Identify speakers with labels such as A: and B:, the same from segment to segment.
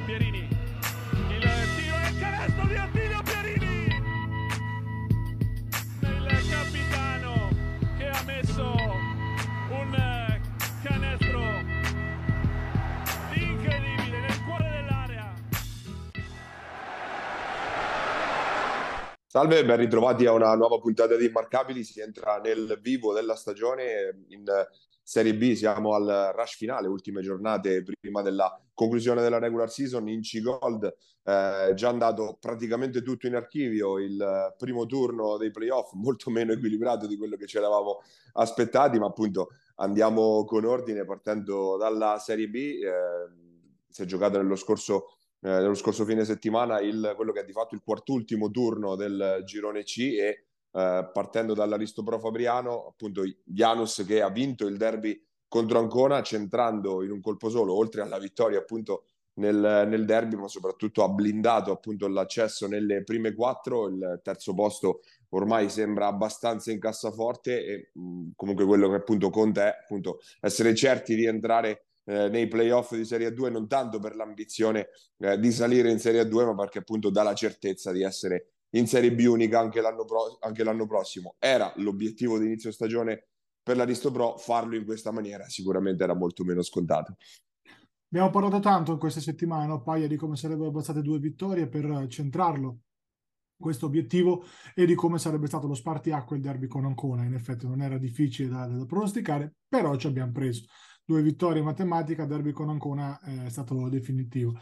A: Pierini, il tiro e il canestro di Attilio Pierini, il capitano che ha messo un canestro incredibile nel cuore dell'area.
B: Salve, ben ritrovati a una nuova puntata di Immarcabili. Si entra nel vivo della stagione in Serie B, siamo al rush finale, ultime giornate prima della conclusione della regular season. In C-Gold già andato praticamente tutto in archivio, il primo turno dei playoff molto meno equilibrato di quello che ci eravamo aspettati, ma appunto andiamo con ordine partendo dalla Serie B. Si è giocato nello scorso fine settimana quello che è di fatto il quartultimo turno del girone C e partendo dall'Aristopro Fabriano, appunto Janus che ha vinto il derby contro Ancona, centrando in un colpo solo, oltre alla vittoria appunto nel derby, ma soprattutto ha blindato appunto l'accesso nelle prime quattro. Il terzo posto ormai sembra abbastanza in cassaforte e comunque quello che appunto conta è appunto essere certi di entrare nei playoff di Serie A2, non tanto per l'ambizione di salire in Serie A2, ma perché appunto dà la certezza di essere in Serie B unica anche l'anno prossimo. Era l'obiettivo di inizio stagione per l'Aristopro, farlo in questa maniera sicuramente era molto meno scontato.
C: Abbiamo parlato tanto in queste settimane, no, Paia, di come sarebbero bastate 2 vittorie per centrarlo, questo obiettivo, e di come sarebbe stato lo spartiacque il derby con Ancona. In effetti non era difficile da pronosticare, però ci abbiamo preso. 2 vittorie in matematica, derby con Ancona è stato definitivo.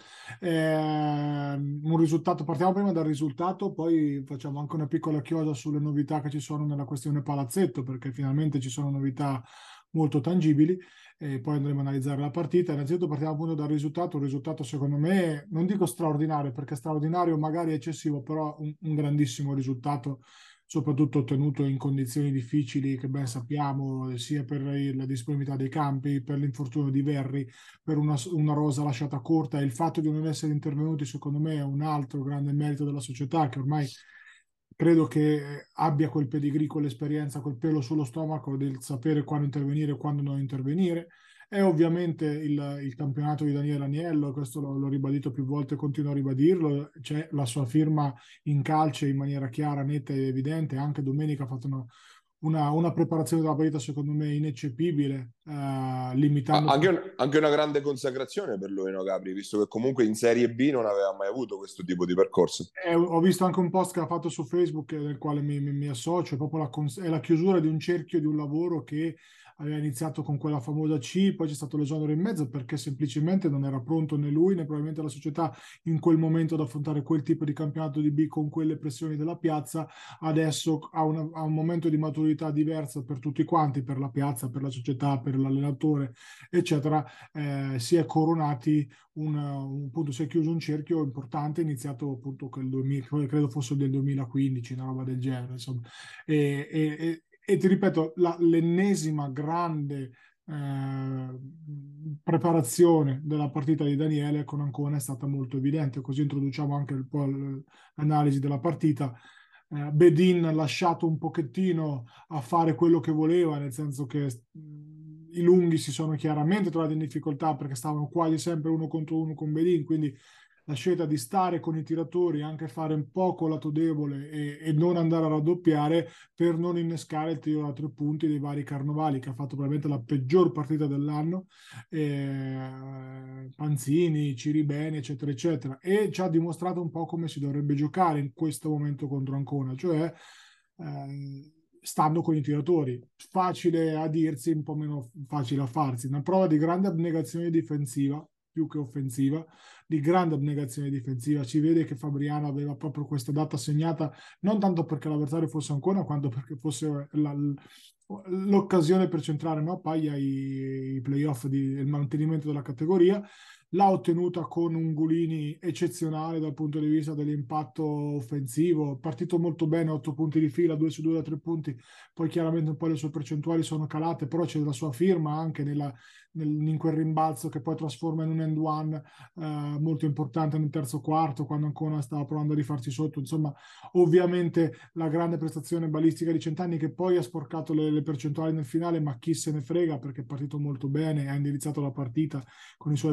C: Un risultato, partiamo prima dal risultato, poi facciamo anche una piccola chiosa sulle novità che ci sono nella questione palazzetto, perché finalmente ci sono novità molto tangibili. E poi andremo a analizzare la partita. Innanzitutto partiamo appunto dal risultato. Un risultato secondo me, non dico straordinario, perché straordinario magari è eccessivo, però un grandissimo risultato, soprattutto ottenuto in condizioni difficili che ben sappiamo, sia per la disponibilità dei campi, per l'infortunio di Verri, per una rosa lasciata corta, e il fatto di non essere intervenuti secondo me è un altro grande merito della società, che ormai credo che abbia quel pedigree, quell'esperienza, quel pelo sullo stomaco del sapere quando intervenire e quando non intervenire. E ovviamente il campionato di Daniele Agnello, questo l'ho ribadito più volte e continuo a ribadirlo, c'è la sua firma in calce in maniera chiara, netta e evidente. Anche domenica ha fatto una preparazione della partita secondo me ineccepibile, limitando...
B: Anche una grande consacrazione per lui, no, Gabri? Visto che comunque in Serie B non aveva mai avuto questo tipo di percorso.
C: Ho visto anche un post che ha fatto su Facebook, nel quale mi associo. È proprio è la chiusura di un cerchio di un lavoro che aveva iniziato con quella famosa C, poi c'è stato l'esonero in mezzo perché semplicemente non era pronto né lui né probabilmente la società in quel momento ad affrontare quel tipo di campionato di B con quelle pressioni della piazza. Adesso ha un momento di maturità diversa per tutti quanti, per la piazza, per la società, per l'allenatore, eccetera. Si è coronati appunto, si è chiuso un cerchio importante iniziato appunto quel 2000, credo fosse del 2015, una roba del genere, insomma. E ti ripeto, l'ennesima grande preparazione della partita di Daniele con Ancona è stata molto evidente. Così introduciamo anche un po' l'analisi della partita. Bedin lasciato un pochettino a fare quello che voleva, nel senso che i lunghi si sono chiaramente trovati in difficoltà perché stavano quasi sempre uno contro uno con Bedin, quindi la scelta di stare con i tiratori, anche fare un poco lato debole e non andare a raddoppiare per non innescare il tiro da 3 punti dei vari Carnovali, che ha fatto probabilmente la peggior partita dell'anno, Panzini, Ciribeni, eccetera, eccetera, e ci ha dimostrato un po' come si dovrebbe giocare in questo momento contro Ancona, cioè stando con i tiratori. Facile a dirsi, un po' meno facile a farsi. Una prova di grande abnegazione difensiva, più che offensiva, di grande abnegazione difensiva. Si vede che Fabriano aveva proprio questa data segnata, non tanto perché l'avversario fosse Ancona, quanto perché fosse l'occasione per centrare, no, Paglia i playoff, il mantenimento della categoria. L'ha ottenuta con un Gulini eccezionale dal punto di vista dell'impatto offensivo, partito molto bene, 8 punti di fila, 2 su 2 da 3 punti, poi chiaramente un po' le sue percentuali sono calate, però c'è la sua firma anche in quel rimbalzo che poi trasforma in un end one molto importante nel terzo quarto, quando ancora stava provando a rifarsi sotto. Insomma, ovviamente la grande prestazione balistica di Centanni, che poi ha sporcato le percentuali nel finale, ma chi se ne frega, perché è partito molto bene, ha indirizzato la partita con i suoi 20 punti.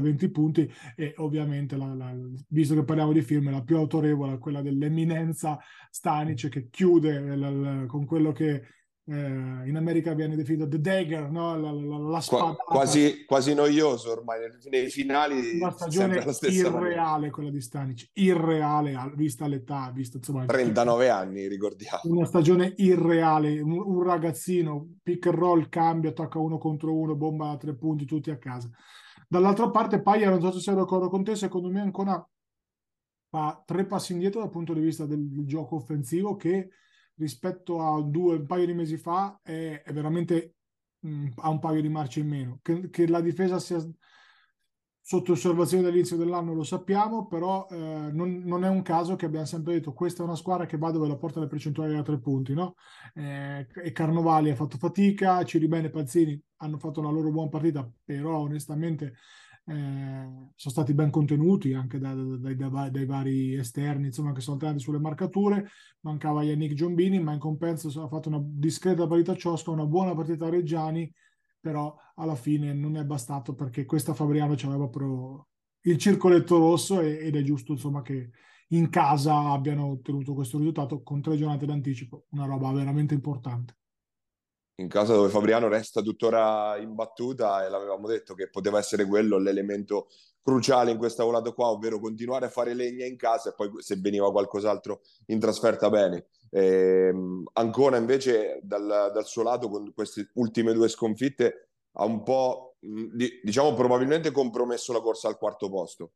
C: punti, e ovviamente, visto che parliamo di film, la più autorevole è quella dell'eminenza Stanic, che chiude con quello che in America viene definito the dagger, no? La spadata.
B: Quasi noioso ormai, nei finali
C: Una
B: sempre alla
C: stagione
B: stessa maniera.
C: irreale quella di Stanic, irreale, vista l'età, visto insomma
B: 39 anni, ricordiamo.
C: una stagione irreale, un ragazzino, pick and roll, cambio, attacca uno contro uno, bomba a 3 punti, tutti a casa. Dall'altra parte Paglia, non so se sei d'accordo con te, secondo me ancora fa 3 passi indietro dal punto di vista del gioco offensivo, che rispetto a un paio di mesi fa è veramente ha un paio di marce in meno. Che la difesa sia sotto osservazione dall'inizio dell'anno lo sappiamo, però non è un caso che abbiamo sempre detto questa è una squadra che va dove la porta le percentuali da 3 punti, no? E Carnovali ha fatto fatica, Ciribene e Pazzini hanno fatto una loro buona partita, però onestamente sono stati ben contenuti anche dai vari esterni, insomma, che sono tornati sulle marcature. Mancava Yannick Giombini, ma in compenso ha fatto una discreta partita Ciosca, una buona partita Reggiani, però alla fine non è bastato, perché questa Fabriano c'aveva proprio il circoletto rosso, ed è giusto insomma che in casa abbiano ottenuto questo risultato con 3 giornate d'anticipo, una roba veramente importante.
B: In casa dove Fabriano resta tuttora in battuta, e l'avevamo detto che poteva essere quello l'elemento cruciale in questa volata qua, ovvero continuare a fare legna in casa e poi se veniva qualcos'altro in trasferta bene. Ancora invece dal suo lato, con queste ultime 2 sconfitte, ha un po', diciamo, probabilmente compromesso la corsa al quarto posto.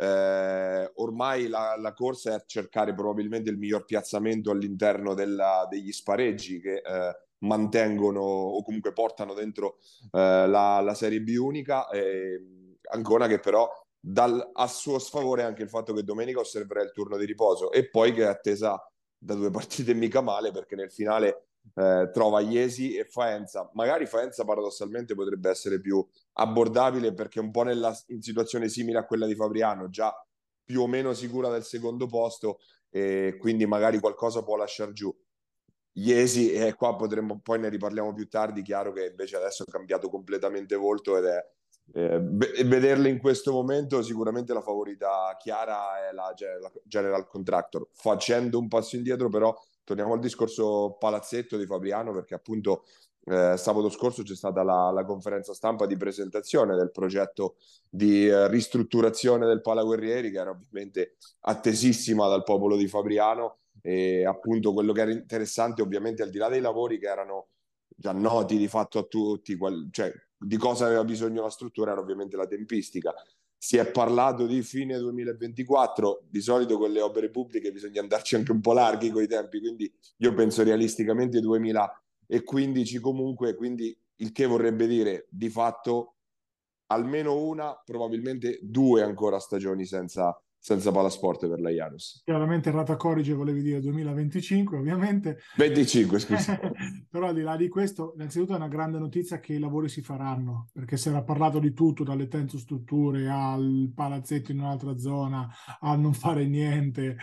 B: Ormai la corsa è a cercare probabilmente il miglior piazzamento all'interno degli spareggi che mantengono o comunque portano dentro la Serie B unica. Ancora che però a suo sfavore anche il fatto che domenica osserverà il turno di riposo, e poi che è attesa da 2 partite mica male, perché nel finale trova Iesi e Faenza. Magari Faenza paradossalmente potrebbe essere più abbordabile, perché è un po' in situazione simile a quella di Fabriano, già più o meno sicura del secondo posto, e quindi magari qualcosa può lasciar giù. Iesi, e qua poi ne riparliamo più tardi, chiaro che invece adesso è cambiato completamente volto, ed è vederle in questo momento sicuramente la favorita chiara è la General Contractor. Facendo un passo indietro però torniamo al discorso palazzetto di Fabriano, perché appunto sabato scorso c'è stata la conferenza stampa di presentazione del progetto di ristrutturazione del Palaguerrieri, che era ovviamente attesissima dal popolo di Fabriano. E appunto quello che era interessante, ovviamente, al di là dei lavori che erano già noti di fatto a tutti, cioè di cosa aveva bisogno la struttura, era ovviamente la tempistica. Si è parlato di fine 2024, di solito con le opere pubbliche bisogna andarci anche un po' larghi con i tempi, quindi io penso realisticamente 2015 comunque, quindi il che vorrebbe dire di fatto almeno una, probabilmente 2 ancora stagioni senza palasport per la Janus.
C: Chiaramente errata corrige, volevi dire 2025, ovviamente.
B: 25, scusa.
C: Però al di là di questo, innanzitutto è una grande notizia che i lavori si faranno, perché si era parlato di tutto, dalle tensostrutture al palazzetto in un'altra zona, a non fare niente,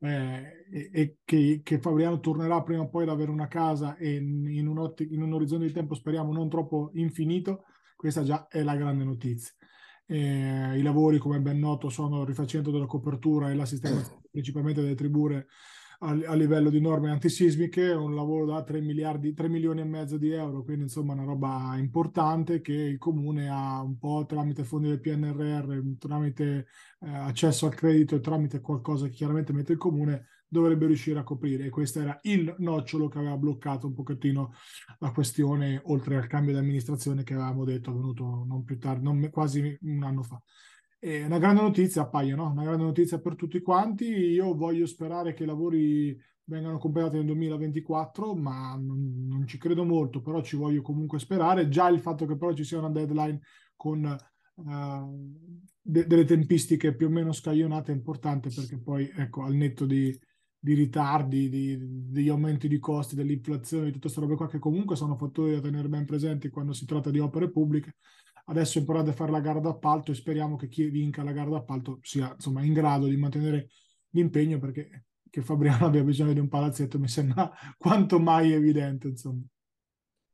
C: e che Fabriano tornerà prima o poi ad avere una casa, e in un orizzonte di tempo speriamo non troppo infinito. Questa già è la grande notizia. I lavori, come ben noto, sono il rifacimento della copertura e la sistemazione principalmente delle tribune a livello di norme antisismiche, un lavoro da 3 miliardi, 3 milioni e mezzo di euro, quindi insomma una roba importante che il comune ha un po' tramite fondi del PNRR, tramite accesso al credito e tramite qualcosa che chiaramente mette il comune, dovrebbe riuscire a coprire. E questo era il nocciolo che aveva bloccato un pochettino la questione, oltre al cambio di amministrazione che avevamo detto è venuto non più tardi, quasi un anno fa. È una grande notizia, appaia, no? Una grande notizia per tutti quanti. Io voglio sperare che i lavori vengano completati nel 2024, ma non ci credo molto, però ci voglio comunque sperare. Già il fatto che però ci sia una deadline con delle tempistiche più o meno scaglionate è importante, perché poi, ecco, al netto di ritardi, degli aumenti di costi, dell'inflazione, di tutte queste robe qua, che comunque sono fattori da tenere ben presenti quando si tratta di opere pubbliche. Adesso imparate a fare la gara d'appalto, e speriamo che chi vinca la gara d'appalto sia insomma in grado di mantenere l'impegno, perché che Fabriano abbia bisogno di un palazzetto mi sembra quanto mai evidente, insomma.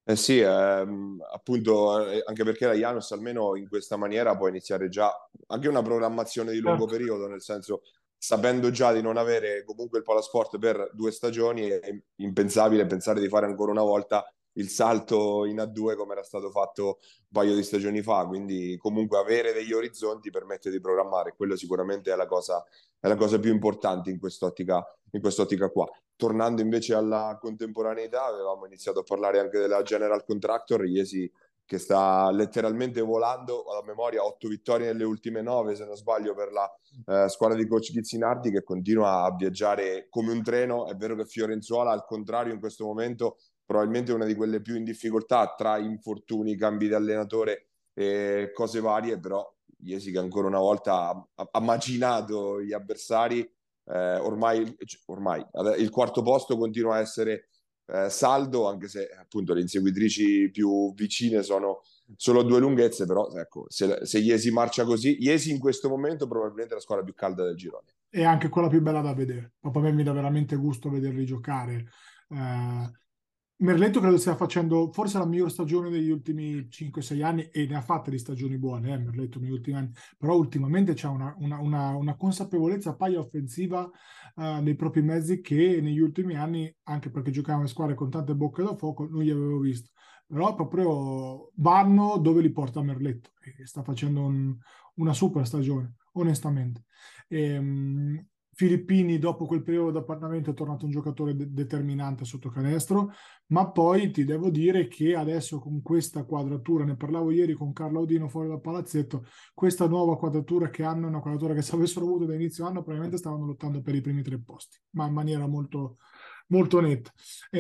B: Eh sì, appunto, anche perché la Janus almeno in questa maniera può iniziare già anche una programmazione di lungo
C: Certo.
B: periodo, nel senso, sapendo già di non avere comunque il palasport per 2 stagioni, è impensabile pensare di fare ancora una volta il salto in A2 come era stato fatto un paio di stagioni fa, quindi comunque avere degli orizzonti permette di programmare, quello sicuramente è la cosa più importante in quest'ottica qua. Tornando invece alla contemporaneità, avevamo iniziato a parlare anche della General Contractor, Iesi che sta letteralmente volando, a memoria 8 vittorie nelle ultime 9, se non sbaglio, per la squadra di coach Gizzinardi, che continua a viaggiare come un treno. È vero che Fiorenzuola, al contrario, in questo momento probabilmente è una di quelle più in difficoltà tra infortuni, cambi di allenatore e cose varie, però Iesi che ancora una volta ha macinato gli avversari, ormai il quarto posto continua a essere saldo, anche se appunto le inseguitrici più vicine sono solo 2 lunghezze, però ecco, se Iesi marcia così, Iesi in questo momento probabilmente è la squadra più calda del girone.
C: È anche quella più bella da vedere. Proprio a me mi dà veramente gusto vederli giocare. Merletto credo stia facendo forse la miglior stagione degli ultimi 5-6 anni e ne ha fatte di stagioni buone, Merletto negli ultimi anni, però ultimamente c'è una consapevolezza paglia offensiva nei propri mezzi che negli ultimi anni, anche perché giocavano in squadre con tante bocche da fuoco, non gli avevo visto. Però proprio vanno dove li porta Merletto e sta facendo una super stagione, onestamente. Filippini, dopo quel periodo da Parlamento, è tornato un giocatore determinante sotto canestro, ma poi ti devo dire che adesso con questa quadratura, ne parlavo ieri con Carlo Audino fuori dal palazzetto, questa nuova quadratura che hanno, è una quadratura che se avessero avuto da inizio anno probabilmente stavano lottando per i primi 3 posti, ma in maniera molto, molto netta.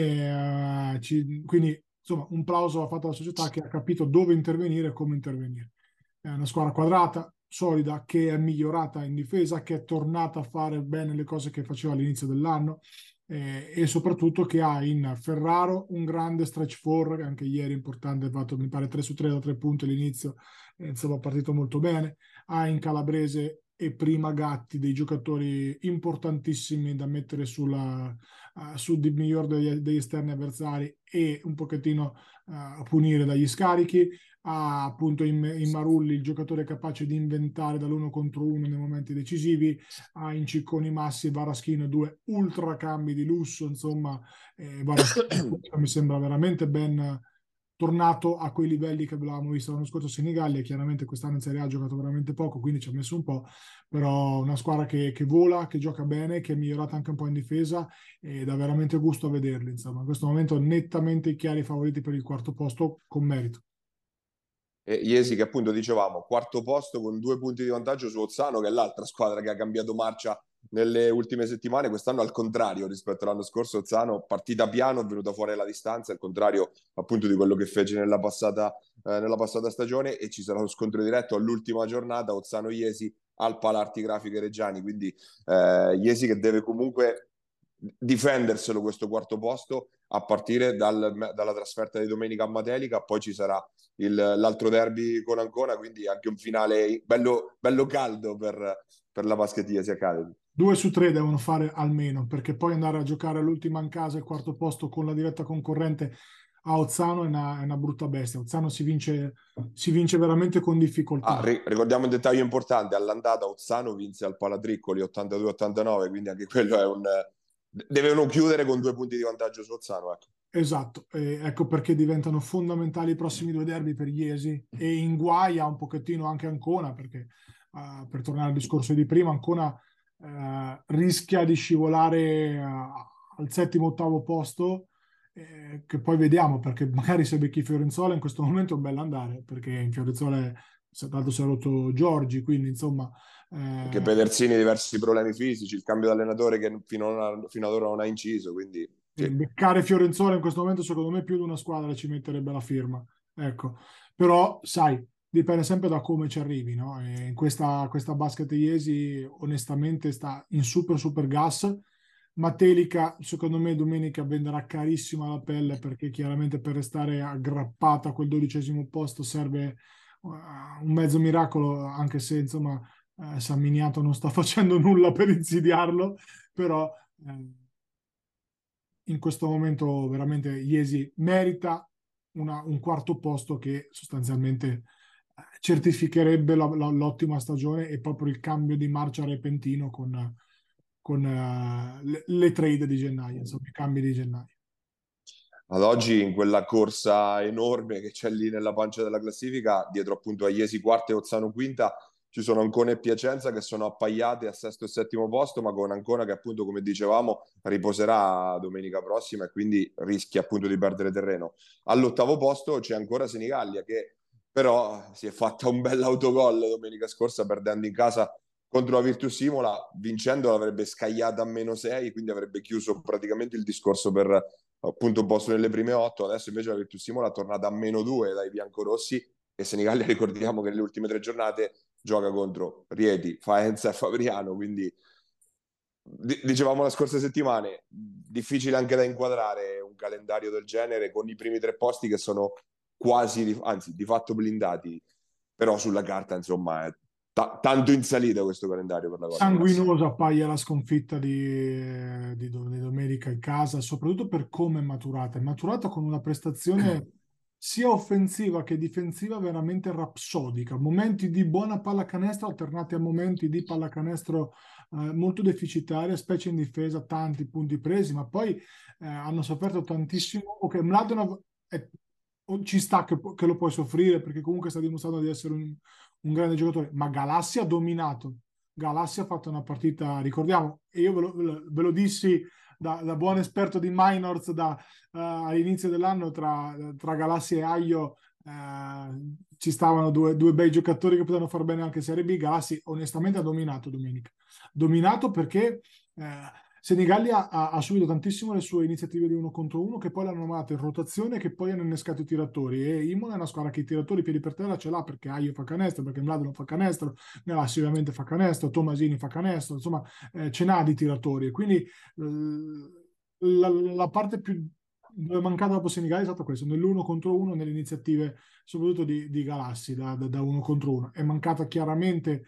C: Quindi insomma un plauso va fatto alla società che ha capito dove intervenire e come intervenire. È una squadra quadrata, solida, che è migliorata in difesa, che è tornata a fare bene le cose che faceva all'inizio dell'anno e soprattutto che ha in Ferraro un grande stretch four, che anche ieri è importante, ha fatto mi pare 3 su 3 da 3 punti all'inizio, insomma è partito molto bene. Ha in Calabrese e prima Gatti dei giocatori importantissimi da mettere sul di miglior degli esterni avversari e un pochettino punire dagli scarichi. Ha appunto in Marulli il giocatore capace di inventare dall'1 contro 1 nei momenti decisivi, ha in Cicconi Massi e Varaschino 2 ultracambi di lusso, insomma, Varaschino mi sembra veramente ben tornato a quei livelli che avevamo visto l'anno scorso a Senigallia. Chiaramente quest'anno in Serie A ha giocato veramente poco, quindi ci ha messo un po', però una squadra che vola, che gioca bene, che è migliorata anche un po' in difesa e dà veramente gusto a vederli, insomma. In questo momento nettamente i chiari favoriti per il quarto posto con merito.
B: E Iesi che appunto dicevamo, quarto posto con 2 punti di vantaggio su Ozzano, che è l'altra squadra che ha cambiato marcia nelle ultime settimane. Quest'anno al contrario rispetto all'anno scorso, Ozzano partita piano, è venuta fuori la distanza, al contrario appunto di quello che fece nella passata stagione, e ci sarà lo scontro diretto all'ultima giornata, Ozzano-Iesi al Palarti Grafiche Reggiani, quindi Iesi che deve comunque difenderselo questo quarto posto a partire dalla trasferta di domenica a Matelica. Poi ci sarà l'altro derby con Ancona, quindi anche un finale bello, bello caldo per la Baschettiesi Academy.
C: 2 su 3 devono fare almeno, perché poi andare a giocare all'ultima in casa, il quarto posto con la diretta concorrente a Ozzano è una brutta bestia. Ozzano si vince veramente con difficoltà.
B: Ricordiamo un dettaglio importante: all'andata Ozzano vinse al Palatriccoli 82-89, quindi anche quello è devono chiudere con 2 punti di vantaggio su Ozzano, ecco.
C: Esatto, ecco perché diventano fondamentali i prossimi 2 derby per Iesi e in guaia un pochettino anche Ancona, perché per tornare al discorso di prima, Ancona rischia di scivolare al settimo-ottavo posto, che poi vediamo, perché magari se becchi Fiorenzuola in questo momento è un bell'andare, perché in Fiorenzuola tanto si è rotto Giorgi, quindi insomma...
B: Anche Pedersini diversi problemi fisici, il cambio di allenatore che fino ad ora non ha inciso, quindi sì.
C: Beccare Fiorenzuola in questo momento, secondo me, più di una squadra ci metterebbe la firma. Ecco. Però, sai, dipende sempre da come ci arrivi, no? E in questa basket Iesi, onestamente, sta in super, super gas. Matelica, secondo me, domenica venderà carissima la pelle perché chiaramente per restare aggrappata a quel 12° posto serve un mezzo miracolo, anche se, insomma, San Miniato non sta facendo nulla per insidiarlo, però... in questo momento veramente Iesi merita un quarto posto che sostanzialmente certificherebbe l'ottima stagione e proprio il cambio di marcia repentino con le trade di gennaio, insomma, i cambi di gennaio.
B: Ad oggi, in quella corsa enorme che c'è lì nella pancia della classifica, dietro appunto a Iesi quarta e Ozzano quinta, ci sono Ancona e Piacenza che sono appaiate a sesto e settimo posto, ma con Ancona che appunto, come dicevamo, riposerà domenica prossima e quindi rischia appunto di perdere terreno. All'8º posto c'è ancora Senigallia che però si è fatta un bel autogol domenica scorsa perdendo in casa contro la Virtus Imola, vincendo l'avrebbe scagliata a -6, quindi avrebbe chiuso praticamente il discorso per appunto un posto nelle prime 8. Adesso invece la Virtus Imola è tornata a -2 dai biancorossi e Senigallia ricordiamo che nelle ultime 3 giornate gioca contro Rieti, Faenza e Fabriano, quindi dicevamo la scorsa settimana, difficile anche da inquadrare un calendario del genere con i primi 3 posti che sono quasi, anzi di fatto blindati, però sulla carta insomma è tanto in salita questo calendario per la cosa.
C: Sanguinosa appaia la sconfitta di domenica in casa, soprattutto per come è maturata. È maturata con una prestazione sia offensiva che difensiva veramente rapsodica. Momenti di buona pallacanestro alternati a momenti di pallacanestro molto deficitaria, specie in difesa, tanti punti presi, ma poi hanno sofferto tantissimo. Ok, Mladenov ci sta che lo puoi soffrire perché comunque sta dimostrando di essere un grande giocatore, ma Galassi ha dominato. Galassi ha fatto una partita, ricordiamo, e io ve lo dissi da buon esperto di minors all'inizio dell'anno tra Galassi e Aglio ci stavano due bei giocatori che potevano far bene anche Serie B. Galassi onestamente ha dominato domenica. Dominato perché Senigallia ha subito tantissimo le sue iniziative di 1 contro 1 che poi l'hanno mandato in rotazione che poi hanno innescato i tiratori e Imola è una squadra che i tiratori piedi per terra ce l'ha perché Aglio fa canestro, perché Mladen fa canestro, Galassi ovviamente fa canestro, Tomasini fa canestro, insomma ce n'ha di tiratori, quindi la parte più dove è mancata dopo Senigallia è stato questo, nell'1 contro 1 nelle iniziative soprattutto di Galassi da 1 contro 1 è mancata chiaramente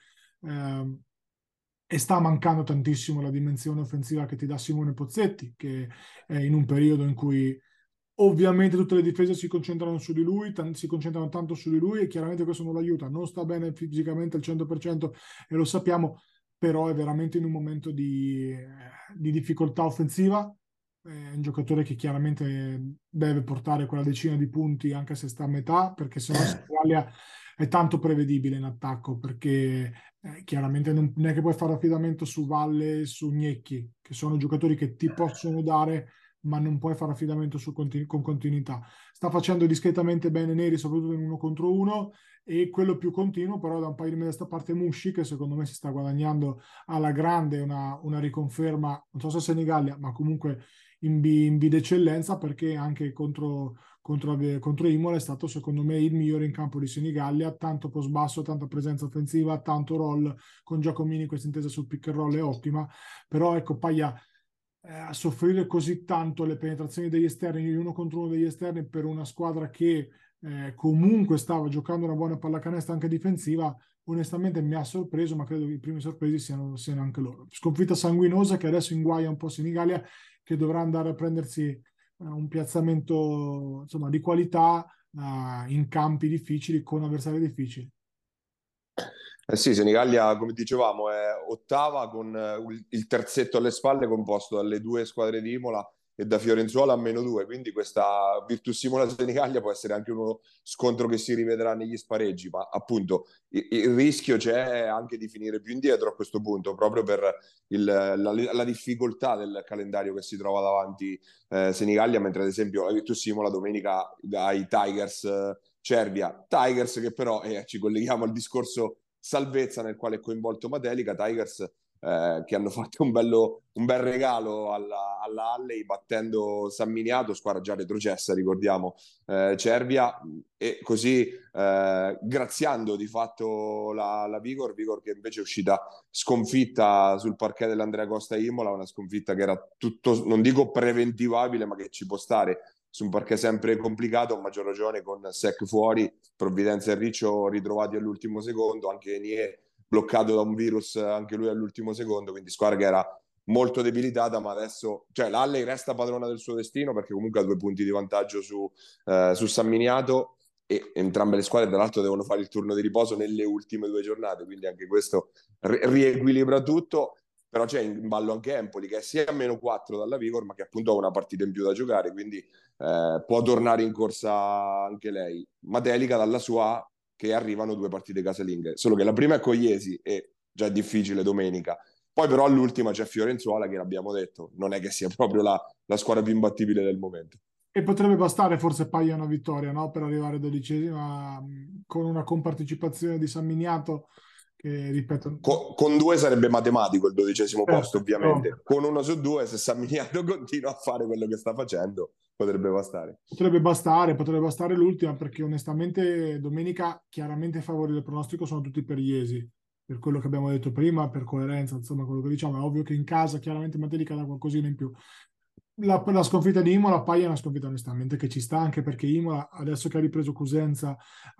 C: e sta mancando tantissimo la dimensione offensiva che ti dà Simone Pozzetti, che è in un periodo in cui ovviamente tutte le difese si concentrano su di lui, si concentrano tanto su di lui e chiaramente questo non lo aiuta, non sta bene fisicamente al 100% e lo sappiamo, però è veramente in un momento di difficoltà offensiva, è un giocatore che chiaramente deve portare quella decina di punti anche se sta a metà, perché sennò l'Italia è tanto prevedibile in attacco, perché chiaramente non è che puoi fare affidamento su Valle e su Gnecchi, che sono giocatori che ti possono dare, ma non puoi fare affidamento con continuità. Sta facendo discretamente bene Neri, soprattutto in 1 contro 1, e quello più continuo, però da un paio di mesi a sta parte Musci, che secondo me si sta guadagnando alla grande una riconferma, non so se Senigallia, ma comunque in B d'eccellenza, perché anche contro Imola è stato secondo me il migliore in campo di Senigallia, tanto post basso, tanta presenza offensiva, tanto roll con Giacomini, questa intesa sul pick and roll è ottima, però ecco Paglia a soffrire così tanto le penetrazioni degli esterni, gli 1 contro 1 degli esterni per una squadra che comunque stava giocando una buona pallacanestro anche difensiva, onestamente mi ha sorpreso, ma credo che i primi sorpresi siano anche loro. Sconfitta sanguinosa che adesso inguaia un po' Senigallia, che dovrà andare a prendersi un piazzamento insomma, di qualità in campi difficili con avversari difficili.
B: Sì, Senigallia, come dicevamo, è ottava con il terzetto alle spalle composto dalle 2 squadre di Imola e da Fiorenzuola a -2, quindi questa Virtus Imola Senigallia può essere anche uno scontro che si rivedrà negli spareggi, ma appunto il rischio c'è anche di finire più indietro a questo punto, proprio per la difficoltà del calendario che si trova davanti Senigallia, mentre ad esempio la Virtus Imola domenica ai Tigers Cervia, Tigers che però ci colleghiamo al discorso salvezza nel quale è coinvolto Matelica, Tigers che hanno fatto un bel regalo alla Halley battendo San Miniato, squadra già retrocessa, ricordiamo, Cervia, e così graziando di fatto la Vigor che invece è uscita sconfitta sul parquet dell'Andrea Costa Imola, una sconfitta che era tutto, non dico preventivabile, ma che ci può stare su un parquet sempre complicato, a maggior ragione con Sec fuori, Provvidenza e Riccio ritrovati all'ultimo secondo, anche Nie bloccato da un virus anche lui all'ultimo secondo, quindi squadra che era molto debilitata, ma adesso, cioè l'Alley resta padrona del suo destino perché comunque ha 2 punti di vantaggio su San Miniato, e entrambe le squadre tra l'altro devono fare il turno di riposo nelle ultime 2 giornate, quindi anche questo riequilibra tutto. Però c'è in ballo anche Empoli, che è sia a -4 dalla Vigor, ma che appunto ha una partita in più da giocare, quindi può tornare in corsa anche lei. Matelica dalla sua, che arrivano 2 partite casalinghe, solo che la prima è con Iesi e già è difficile domenica. Poi però all'ultima c'è Fiorenzuola, che l'abbiamo detto, non è che sia proprio la squadra più imbattibile del momento.
C: E potrebbe bastare forse Paglia una vittoria, no? Per arrivare 12ª con una compartecipazione di San Miniato che, ripeto,
B: Con 2 sarebbe matematico il 12° posto,
C: ovvio.
B: ovviamente. Con 1 su 2, se San Miniato continua a fare quello che sta facendo, potrebbe bastare.
C: Potrebbe bastare l'ultima perché onestamente domenica chiaramente favori del pronostico sono tutti per Iesi, per quello che abbiamo detto prima, per coerenza, insomma, quello che diciamo. È ovvio che in casa chiaramente Matelica dà qualcosina in più. La sconfitta di Imola poi è una sconfitta onestamente che ci sta, anche perché Imola adesso che ha ripreso Cosenza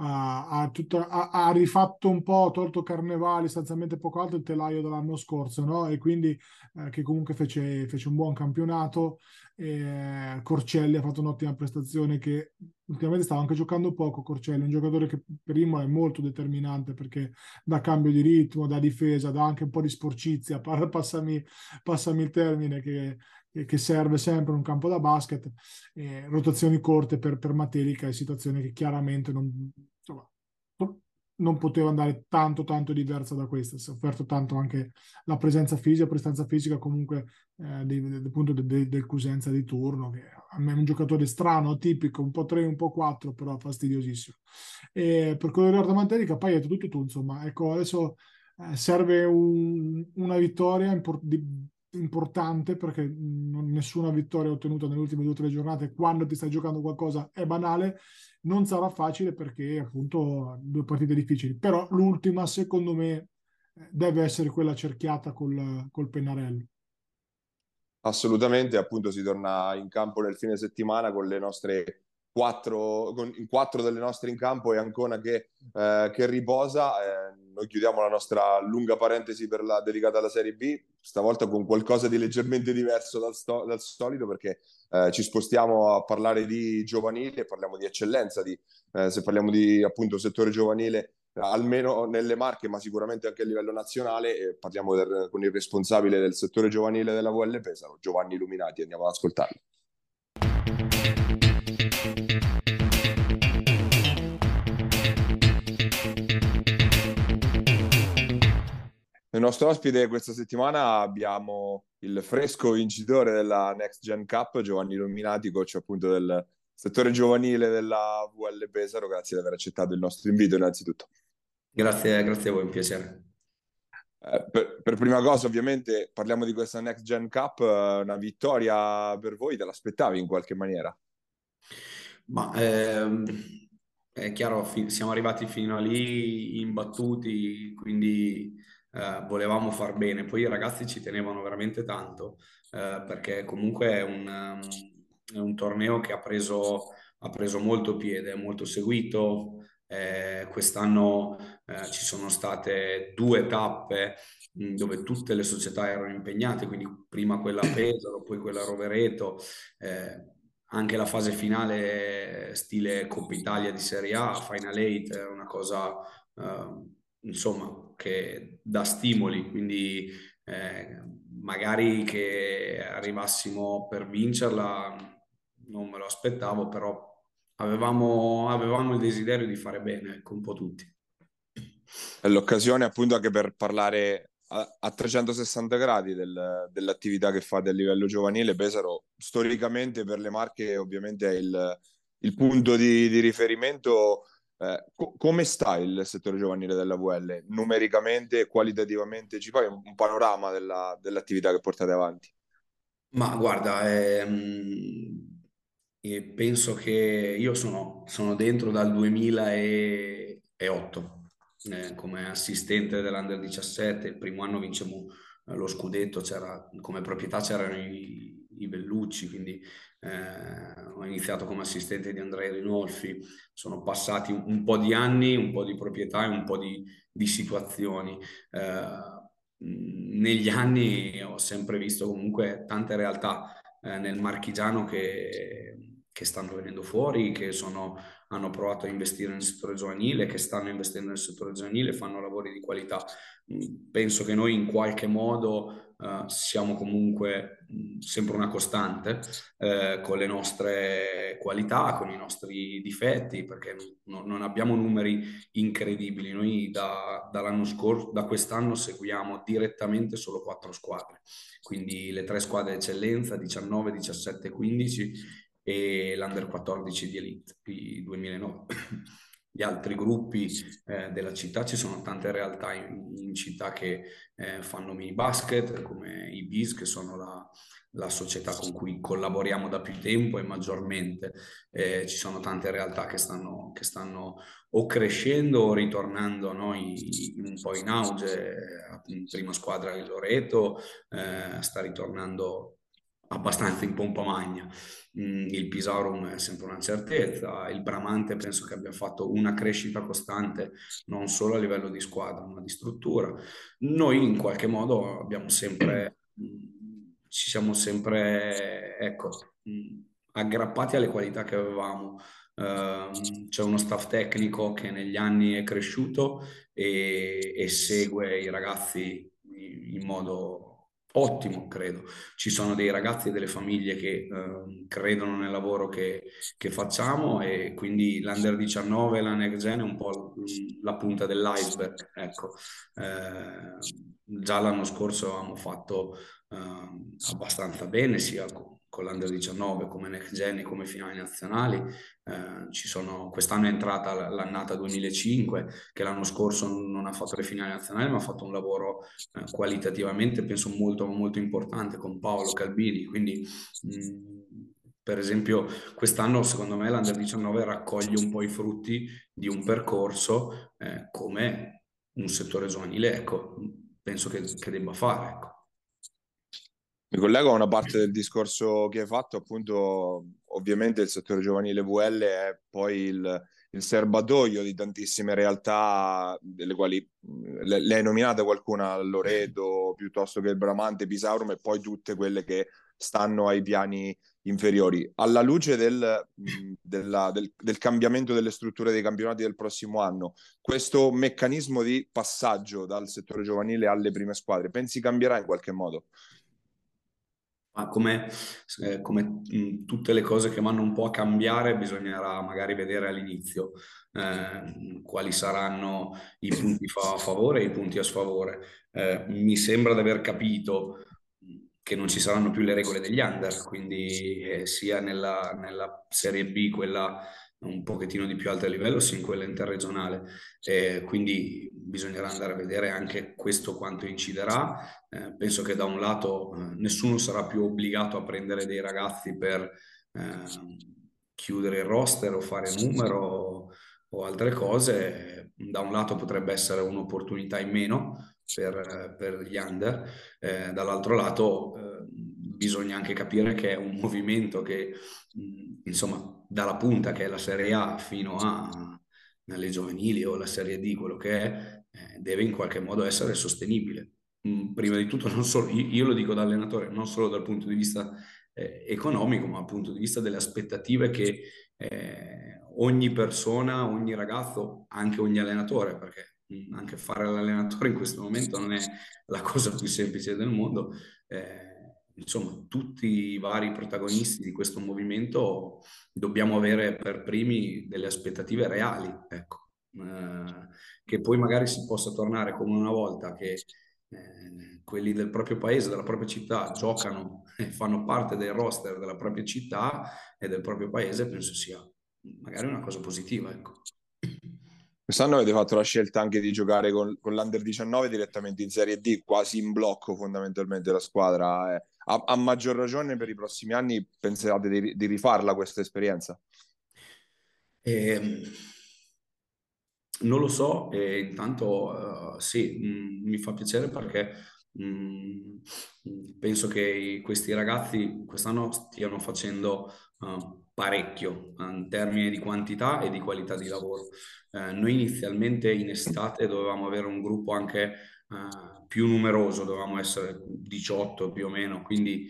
C: ha rifatto un po', ha tolto Carnevali, sostanzialmente poco altro il telaio dell'anno scorso, no? E quindi che comunque fece un buon campionato. Corcelli ha fatto un'ottima prestazione, che ultimamente stava anche giocando poco. Corcelli è un giocatore che per Imola è molto determinante perché dà cambio di ritmo, dà difesa, dà anche un po' di sporcizia, passami il termine, che serve sempre in un campo da basket. Rotazioni corte per Matelica è situazione che chiaramente insomma, non poteva andare tanto diversa da questa. Si è offerto tanto anche la presenza fisica comunque appunto del Cosenza di turno, che a me è un giocatore strano, tipico, un po' 3, un po' 4, però fastidiosissimo. E per quello che riguarda Matelica, poi hai detto tutto tu, insomma. Ecco, adesso serve una vittoria importante, perché nessuna vittoria ottenuta nelle ultime 2 o 3 giornate quando ti stai giocando qualcosa è banale. Non sarà facile perché appunto 2 partite difficili, però l'ultima secondo me deve essere quella cerchiata col pennarello.
B: Assolutamente, appunto si torna in campo nel fine settimana con le nostre 4, con 4 delle nostre in campo e Ancona che riposa. Noi chiudiamo la nostra lunga parentesi dedicata alla Serie B, stavolta con qualcosa di leggermente diverso dal solito, perché ci spostiamo a parlare di giovanile, parliamo di eccellenza, se parliamo di appunto settore giovanile, almeno nelle Marche, ma sicuramente anche a livello nazionale. Parliamo con il responsabile del settore giovanile della VL Pesaro, Giovanni Luminati. Andiamo ad ascoltarlo. Il nostro ospite questa settimana abbiamo il fresco vincitore della Next Gen Cup, Giovanni Luminati, coach appunto del settore giovanile della VL Pesaro. Grazie di aver accettato il nostro invito innanzitutto.
D: Grazie a voi, un piacere.
B: Per prima cosa, ovviamente, parliamo di questa Next Gen Cup, una vittoria per voi, te l'aspettavi in qualche maniera?
D: Ma è chiaro, siamo arrivati fino a lì imbattuti, quindi volevamo far bene. Poi i ragazzi ci tenevano veramente tanto, perché comunque è un torneo che ha preso molto piede, è molto seguito. Quest'anno ci sono state 2 tappe dove tutte le società erano impegnate, quindi prima quella a Pesaro, poi quella a Rovereto. Anche la fase finale stile Coppa Italia di Serie A, Final Eight, è una cosa insomma che dà stimoli, quindi magari che arrivassimo per vincerla non me lo aspettavo, però avevamo il desiderio di fare bene, ecco, un po' tutti.
B: È l'occasione appunto anche per parlare a 360 gradi dell'attività che fate a livello giovanile. Pesaro storicamente per le Marche ovviamente è il punto di riferimento. Come sta il settore giovanile della VL? Numericamente e qualitativamente ci fai un panorama dell'attività che portate avanti?
D: Ma guarda, penso che io sono dentro dal 2008 come assistente dell'Under 17. Il primo anno vincemmo lo scudetto, come proprietà c'erano i Bellucci, quindi ho iniziato come assistente di Andrea Rinolfi. Sono passati un po' di anni, un po' di proprietà e un po' di situazioni. negli anni ho sempre visto comunque tante realtà nel marchigiano che stanno venendo fuori, hanno provato a investire nel settore giovanile, che stanno investendo nel settore giovanile, fanno lavori di qualità. Penso che noi in qualche modo siamo comunque sempre una costante con le nostre qualità, con i nostri difetti, perché non abbiamo numeri incredibili. Noi dall'anno scorso, da quest'anno seguiamo direttamente solo 4 squadre, quindi le 3 squadre eccellenza, 19, 17, 15 e l'Under 14 di Elite, i 2009. Gli altri gruppi della città, ci sono tante realtà in città che fanno mini basket, come i BIS, che sono la società con cui collaboriamo da più tempo e maggiormente. Ci sono tante realtà che stanno o crescendo o ritornando, no, un po' in auge. In prima squadra il Loreto sta ritornando abbastanza in pompa magna. Il Pisaurum è sempre una certezza, il Bramante penso che abbia fatto una crescita costante non solo a livello di squadra ma di struttura. Noi in qualche modo ci siamo sempre, ecco, aggrappati alle qualità che avevamo. C'è uno staff tecnico che negli anni è cresciuto e segue i ragazzi in modo ottimo, credo. Ci sono dei ragazzi e delle famiglie che credono nel lavoro che facciamo, e quindi l'Under 19 e la Next Gen è un po' la punta dell'iceberg. Ecco. Già l'anno scorso avevamo fatto abbastanza bene, sia con l'Under 19 come Next Gen e come finali nazionali. Quest'anno è entrata l'annata 2005, che l'anno scorso non ha fatto le finali nazionali, ma ha fatto un lavoro qualitativamente penso molto molto importante con Paolo Calbini. Quindi per esempio quest'anno secondo me l'Under 19 raccoglie un po' i frutti di un percorso come un settore giovanile, ecco, penso che debba fare, ecco.
B: Mi collego a una parte del discorso che hai fatto, appunto, ovviamente il settore giovanile VL è poi il serbatoio di tantissime realtà, delle quali le hai nominate qualcuna, Loreto, piuttosto che il Bramante, Pisaurum, e poi tutte quelle che stanno ai piani inferiori. Alla luce del cambiamento delle strutture dei campionati del prossimo anno, questo meccanismo di passaggio dal settore giovanile alle prime squadre, pensi cambierà in qualche modo?
D: Ma come tutte le cose che vanno un po' a cambiare, bisognerà magari vedere all'inizio quali saranno i punti a favore e i punti a sfavore. Mi sembra di aver capito che non ci saranno più le regole degli under, quindi sia nella Serie B, quella un pochettino di più alto livello, sia in quella interregionale. Quindi bisognerà andare a vedere anche questo quanto inciderà. Penso che da un lato nessuno sarà più obbligato a prendere dei ragazzi per chiudere il roster o fare numero o altre cose. Da un lato potrebbe essere un'opportunità in meno per gli under, dall'altro lato bisogna anche capire che è un movimento che insomma dalla punta, che è la Serie A, fino alle giovanili o la Serie D, quello che è, deve in qualche modo essere sostenibile. Prima di tutto, non solo, io lo dico da allenatore, non solo dal punto di vista economico, ma dal punto di vista delle aspettative che ogni persona, ogni ragazzo, anche ogni allenatore, perché anche fare l'allenatore in questo momento non è la cosa più semplice del mondo. Insomma, tutti i vari protagonisti di questo movimento dobbiamo avere per primi delle aspettative reali, ecco. Che poi magari si possa tornare come una volta, che quelli del proprio paese, della propria città, giocano e fanno parte del roster della propria città e del proprio paese, penso sia magari una cosa positiva, ecco.
B: Quest'anno avete fatto la scelta anche di giocare con l'Under 19 direttamente in Serie D, quasi in blocco fondamentalmente la squadra. A maggior ragione per i prossimi anni pensate di rifarla questa esperienza?
D: Non lo so, e intanto sì, mi fa piacere perché penso che questi ragazzi quest'anno stiano facendo parecchio in termini di quantità e di qualità di lavoro. Noi inizialmente in estate dovevamo avere un gruppo anche più numeroso, dovevamo essere 18 più o meno, quindi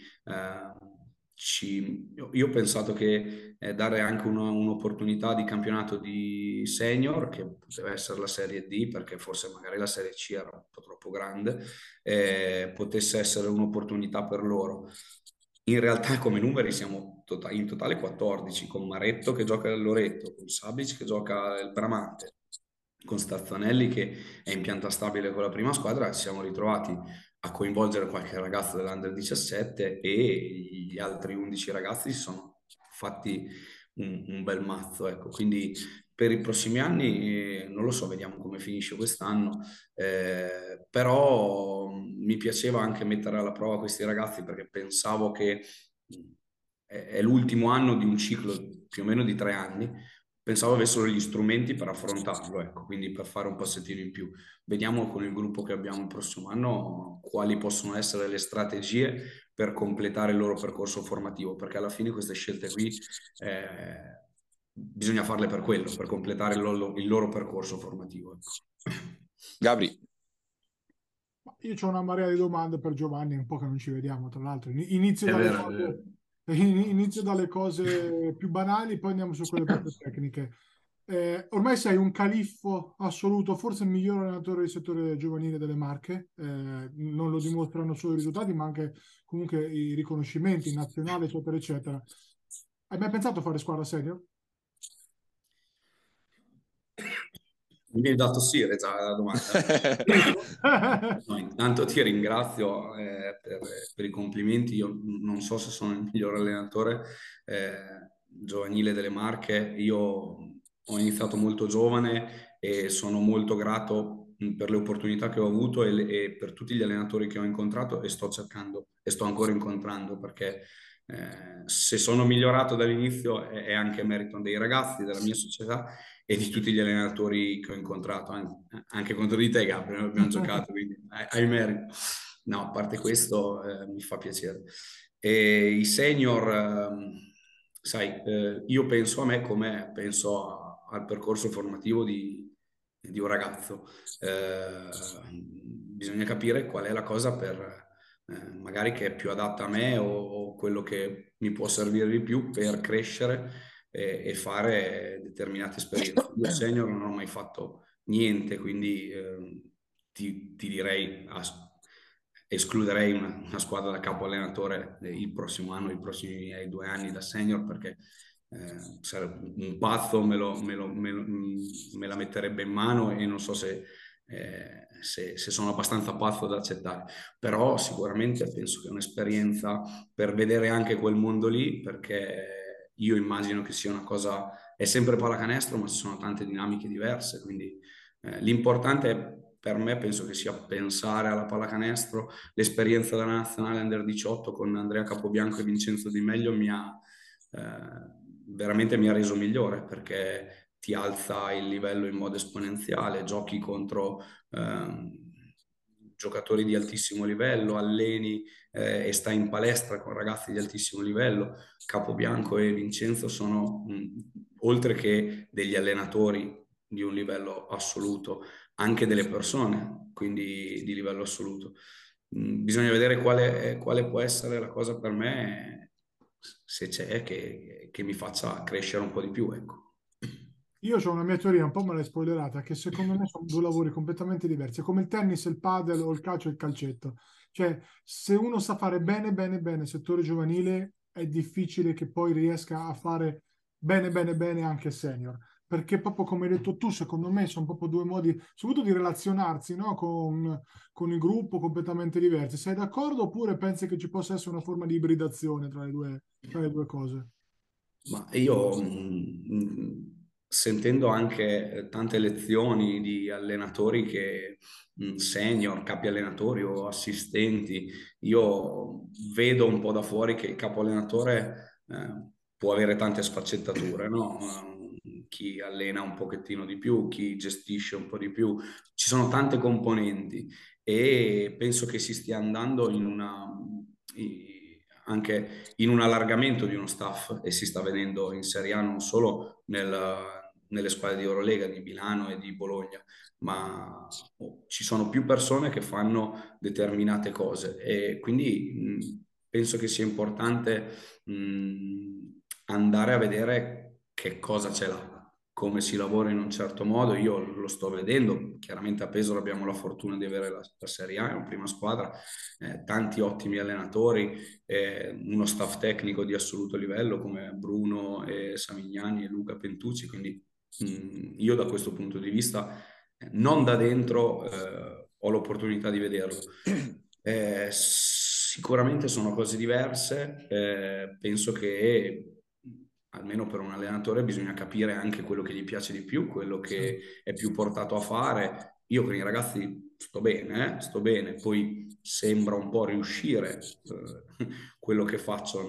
D: io ho pensato che dare anche un'opportunità di campionato di senior, che poteva essere la Serie D, perché forse magari la Serie C era un po' troppo grande, potesse essere un'opportunità per loro. In realtà come numeri siamo in totale 14, con Maretto che gioca al Loreto, con Sabic che gioca il Bramante, con Stazzanelli che è in pianta stabile con la prima squadra. Ci siamo ritrovati a coinvolgere qualche ragazzo dell'Under 17 e gli altri 11 ragazzi si sono fatti un bel mazzo, ecco. Quindi per i prossimi anni non lo so, vediamo come finisce quest'anno, però mi piaceva anche mettere alla prova questi ragazzi perché pensavo che è l'ultimo anno di un ciclo più o meno di 3 anni, pensavo avessero gli strumenti per affrontarlo, ecco, quindi per fare un passettino in più. Vediamo con il gruppo che abbiamo il prossimo anno quali possono essere le strategie per completare il loro percorso formativo, perché alla fine queste scelte qui bisogna farle per quello, per completare il loro percorso formativo. Ecco.
B: Gabri.
C: Io ho una marea di domande per Giovanni, è un po' che non ci vediamo, tra l'altro. Inizio
D: È
C: dalle
D: vero, è
C: cose,
D: vero.
C: inizio dalle cose più banali, poi andiamo su quelle proprio tecniche. Ormai sei un califfo assoluto, forse il miglior allenatore del settore giovanile delle Marche. Non lo dimostrano solo i risultati, ma anche comunque i riconoscimenti nazionali, eccetera, eccetera. Hai mai pensato a fare squadra senior?
D: Mi hai dato sì, già la domanda. No, intanto ti ringrazio per i complimenti. Io non so se sono il miglior allenatore giovanile delle Marche. Io ho iniziato molto giovane e sono molto grato per le opportunità che ho avuto e per tutti gli allenatori che ho incontrato e sto cercando e sto ancora incontrando perché se sono migliorato dall'inizio è anche merito dei ragazzi, della mia società e di tutti gli allenatori che ho incontrato, anche contro di te, Gabriele, abbiamo giocato, quindi hai merito. No, a parte questo, mi fa piacere. E i senior, sai, io penso a me come penso al percorso formativo di un ragazzo. Bisogna capire qual è la cosa per magari che è più adatta a me o quello che mi può servire di più per crescere e fare determinate esperienze. Io senior non ho mai fatto niente, quindi ti direi, escluderei una squadra da capo allenatore il prossimo anno, i prossimi 2 anni da senior, perché sarebbe un pazzo me la metterebbe in mano e non so se sono abbastanza pazzo da accettare, però sicuramente penso che è un'esperienza per vedere anche quel mondo lì, perché io immagino che sia una cosa, è sempre pallacanestro, ma ci sono tante dinamiche diverse, quindi l'importante per me penso che sia pensare alla pallacanestro. L'esperienza della nazionale Under 18 con Andrea Capobianco e Vincenzo Di Meglio veramente mi ha reso migliore perché ti alza il livello in modo esponenziale, giochi contro giocatori di altissimo livello, alleni e stai in palestra con ragazzi di altissimo livello. Capobianco e Vincenzo sono, oltre che degli allenatori di un livello assoluto, anche delle persone, quindi di livello assoluto. Bisogna vedere quale può essere la cosa per me, se c'è, che mi faccia crescere un po' di più, ecco.
C: Io ho una mia teoria, un po' me l'hai spoilerata, che secondo me sono due lavori completamente diversi. È come il tennis, il padel o il calcio e il calcetto. Cioè, se uno sa fare bene, bene, bene il settore giovanile, è difficile che poi riesca a fare bene, bene, bene anche senior. Perché proprio come hai detto tu, secondo me sono proprio due modi, soprattutto di relazionarsi, no? Con il gruppo completamente diversi. Sei d'accordo oppure pensi che ci possa essere una forma di ibridazione tra le due cose?
D: Ma io, sentendo anche tante lezioni di allenatori che, senior, capi allenatori o assistenti, io vedo un po' da fuori che il capo allenatore può avere tante sfaccettature, no? Chi allena un pochettino di più, chi gestisce un po' di più, ci sono tante componenti e penso che si stia andando anche in un allargamento di uno staff e si sta vedendo in Serie A non solo nelle squadre di Eurolega, di Milano e di Bologna, ma ci sono più persone che fanno determinate cose e quindi penso che sia importante andare a vedere che cosa c'è là, come si lavora in un certo modo. Io lo sto vedendo, chiaramente a Pesaro abbiamo la fortuna di avere la Serie A, è una prima squadra, tanti ottimi allenatori, uno staff tecnico di assoluto livello come Bruno e Samignani e Luca Pentucci, quindi io da questo punto di vista, non da dentro, ho l'opportunità di vederlo. Sicuramente sono cose diverse, penso che almeno per un allenatore bisogna capire anche quello che gli piace di più, quello che è più portato a fare. Io con i ragazzi sto bene, poi sembra un po' riuscire quello che faccio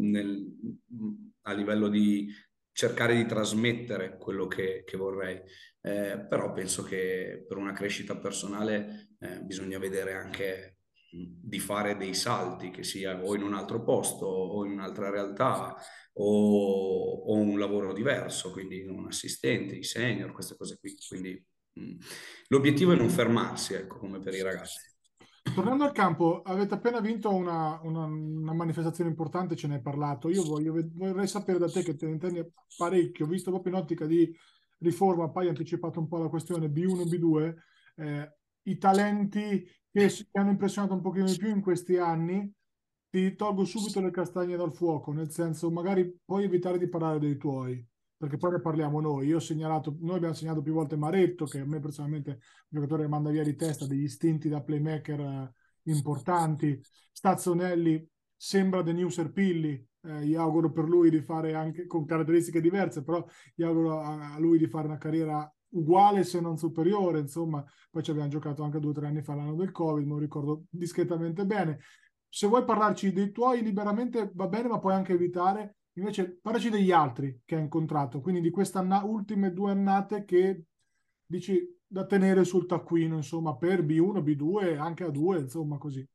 D: a livello di cercare di trasmettere quello che vorrei. Però penso che per una crescita personale bisogna vedere anche di fare dei salti, che sia o in un altro posto o in un'altra realtà o un lavoro diverso, quindi un assistente, i senior, queste cose qui. Quindi l'obiettivo è non fermarsi, ecco, come per i ragazzi.
C: Tornando al campo, avete appena vinto una manifestazione importante, ce ne hai parlato. Io vorrei sapere da te, che te ne intendi parecchio, visto proprio in ottica di riforma, poi hai anticipato un po' la questione B1 B2, i talenti che hanno impressionato un pochino di più in questi anni. Ti tolgo subito le castagne dal fuoco, nel senso, magari puoi evitare di parlare dei tuoi, perché poi ne parliamo noi. Noi abbiamo segnato più volte Maretto, che a me personalmente è un giocatore che manda via di testa, degli istinti da playmaker importanti. Stazzonelli sembra The New Serpilli, gli auguro per lui di fare anche con caratteristiche diverse, però gli auguro a lui di fare una carriera uguale se non superiore, insomma. Poi ci abbiamo giocato anche 2 o 3 anni fa, l'anno del Covid, me lo ricordo discretamente bene. Se vuoi parlarci dei tuoi liberamente va bene, ma puoi anche evitare. Invece, parlaci degli altri che hai incontrato, quindi di queste ultime 2 annate che dici da tenere sul taccuino, insomma, per B1, B2, anche A2, insomma, così.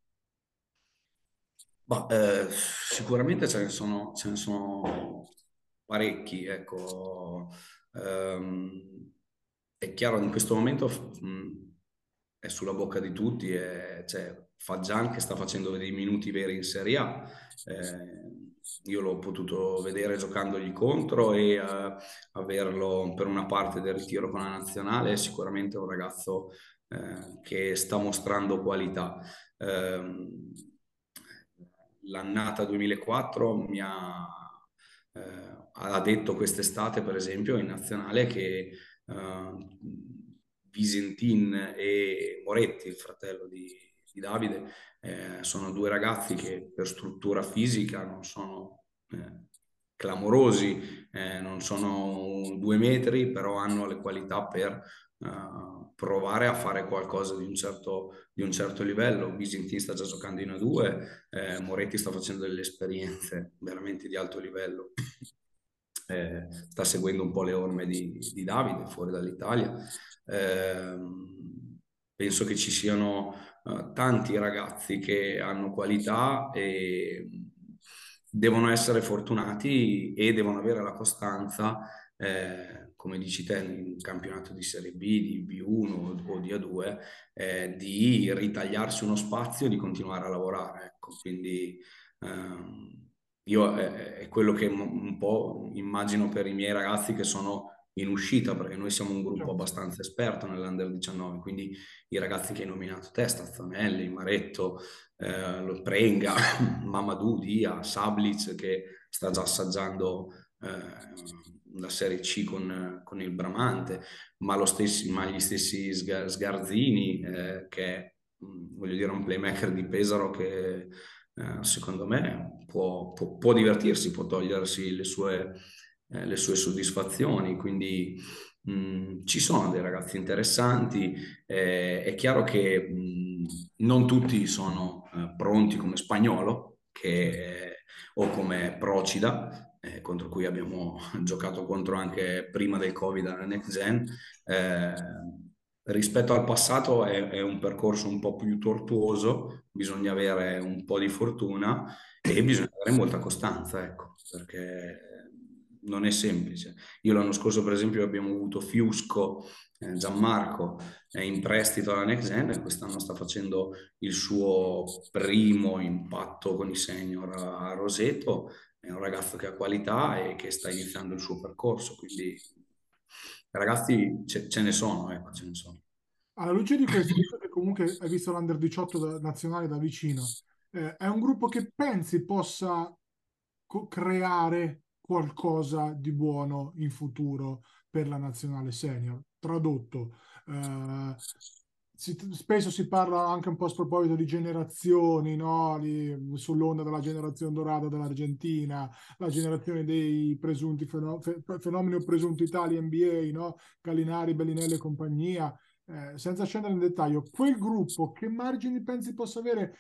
D: Ma, sicuramente ce ne sono parecchi, ecco. È chiaro, in questo momento è sulla bocca di tutti, c'è Fagian che sta facendo dei minuti veri in Serie A. Io l'ho potuto vedere giocandogli contro e averlo per una parte del ritiro con la nazionale. È sicuramente un ragazzo che sta mostrando qualità. L'annata 2004 ha detto quest'estate, per esempio, in nazionale che Visentin e Moretti, il fratello di Davide, sono 2 ragazzi che per struttura fisica non sono clamorosi, non sono 2 metri, però hanno le qualità per provare a fare qualcosa di un certo livello. Visentin sta già giocando in A2, Moretti sta facendo delle esperienze veramente di alto livello. Sta seguendo un po' le orme di Davide fuori dall'Italia. Penso che ci siano tanti ragazzi che hanno qualità e devono essere fortunati e devono avere la costanza, come dici te, in un campionato di Serie B, di B1 o di A2, di ritagliarsi uno spazio e di continuare a lavorare. Ecco, quindi io è quello che un po' immagino per i miei ragazzi che sono in uscita, perché noi siamo un gruppo abbastanza esperto nell'Under 19, quindi i ragazzi che hai nominato te, Stazzanelli, Maretto, lo Prenga, Mamadou, Dia, Sablic, che sta già assaggiando la Serie C con il Bramante, ma gli stessi Sgarzini, che è, voglio dire, un playmaker di Pesaro che secondo me può divertirsi, può togliersi le sue soddisfazioni, quindi ci sono dei ragazzi interessanti. È chiaro che non tutti sono pronti come Spagnolo o come Procida, contro cui abbiamo giocato contro anche prima del Covid alla Next Gen. Rispetto al passato è un percorso un po' più tortuoso, bisogna avere un po' di fortuna e bisogna avere molta costanza, ecco, perché non è semplice. Io l'anno scorso, per esempio, abbiamo avuto Fiusco, Gianmarco in prestito alla Next Gen e quest'anno sta facendo il suo primo impatto con i senior a Roseto. È un ragazzo che ha qualità e che sta iniziando il suo percorso, quindi ragazzi ce ne sono, ecco, ce ne sono.
C: Alla luce di questo, visto che comunque hai visto l'Under 18 nazionale da vicino, è un gruppo che pensi possa creare qualcosa di buono in futuro per la nazionale senior? Tradotto, spesso si parla anche un po' a sproposito di generazioni, no? Sull'onda della generazione dorata dell'Argentina, la generazione dei presunti fenomeni o presunti tali NBA, no? Gallinari, Bellinelli e compagnia. Senza scendere nel dettaglio, quel gruppo che margini pensi possa avere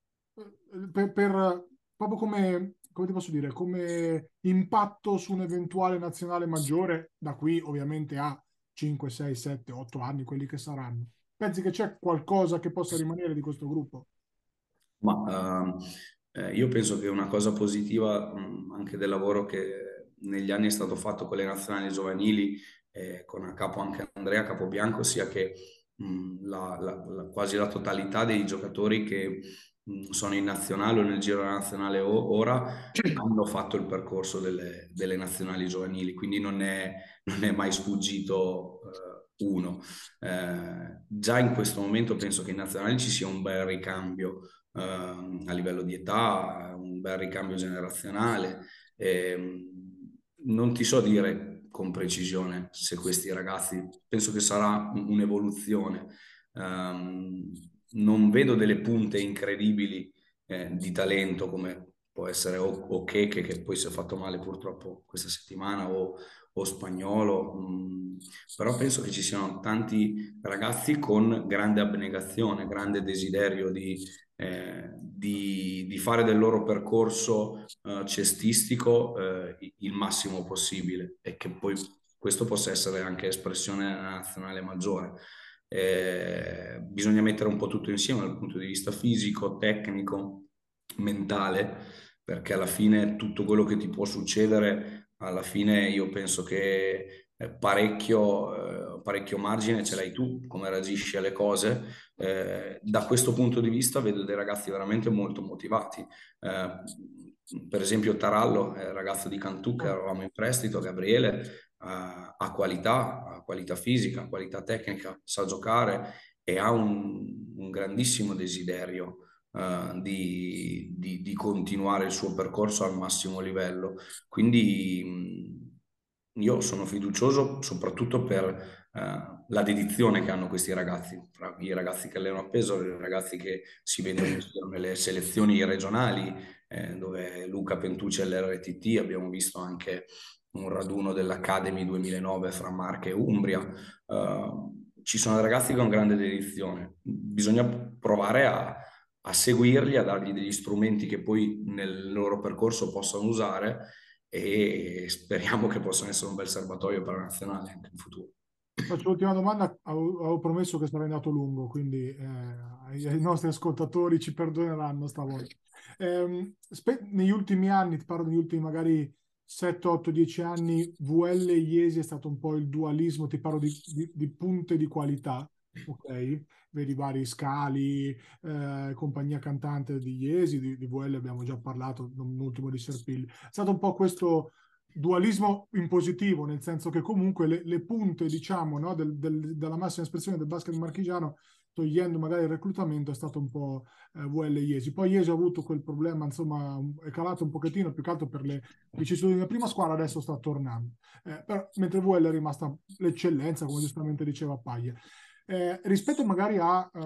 C: proprio come ti posso dire, come impatto su un eventuale nazionale maggiore da qui ovviamente a 5, 6, 7, 8 anni, quelli che saranno? Pensi che c'è qualcosa che possa rimanere di questo gruppo?
D: Ma io penso che una cosa positiva anche del lavoro che negli anni è stato fatto con le nazionali giovanili, con a capo anche Andrea Capobianco, sia che quasi la totalità dei giocatori che sono in nazionale o nel giro della nazionale ora hanno fatto il percorso delle nazionali giovanili, quindi non è mai sfuggito uno. Già in questo momento penso che in nazionale ci sia un bel ricambio a livello di età, un bel ricambio generazionale. Non ti so dire con precisione se questi ragazzi, penso che sarà un'evoluzione. Non vedo delle punte incredibili di talento come può essere o Keke, che poi si è fatto male purtroppo questa settimana, o Spagnolo, però penso che ci siano tanti ragazzi con grande abnegazione, grande desiderio di fare del loro percorso cestistico il massimo possibile e che poi questo possa essere anche espressione nazionale maggiore. Bisogna mettere un po' tutto insieme dal punto di vista fisico, tecnico, mentale, perché alla fine tutto quello che ti può succedere, alla fine io penso che parecchio margine ce l'hai tu, come reagisci alle cose. Da questo punto di vista vedo dei ragazzi veramente molto motivati. Per esempio Tarallo, ragazzo di Cantù che eravamo in prestito, Gabriele, ha qualità fisica, qualità tecnica, sa giocare e ha un grandissimo desiderio di continuare il suo percorso al massimo livello. Quindi io sono fiducioso soprattutto per la dedizione che hanno questi ragazzi, tra i ragazzi che allenano a peso, i ragazzi che si vedono nelle selezioni regionali, dove Luca Pentucci è all'RTT, abbiamo visto anche un raduno dell'Academy 2009 fra Marche e Umbria. Ci sono ragazzi con grande dedizione, bisogna provare a seguirli, a dargli degli strumenti che poi nel loro percorso possano usare e speriamo che possano essere un bel serbatoio per la nazionale anche in futuro.
C: Faccio l'ultima domanda, avevo promesso che sarei andato lungo, quindi ai nostri ascoltatori ci perdoneranno stavolta. Negli ultimi anni, ti parlo degli ultimi magari 7, 8, 10 anni, VL e Iesi è stato un po' il dualismo, ti parlo di punte di qualità, ok? Vedi vari Scali, compagnia cantante di Iesi, di VL abbiamo già parlato, non ultimo di Serpilli. È stato un po' questo dualismo in positivo, nel senso che comunque le punte, diciamo, no, della massima espressione del basket marchigiano, togliendo magari il reclutamento, è stato un po' VL Iesi. Poi Iesi ha avuto quel problema, insomma, è calato un pochettino, più che altro per le vicissitudini della prima squadra, adesso sta tornando. Però, mentre VL è rimasta l'eccellenza, come giustamente diceva Paglia. Rispetto magari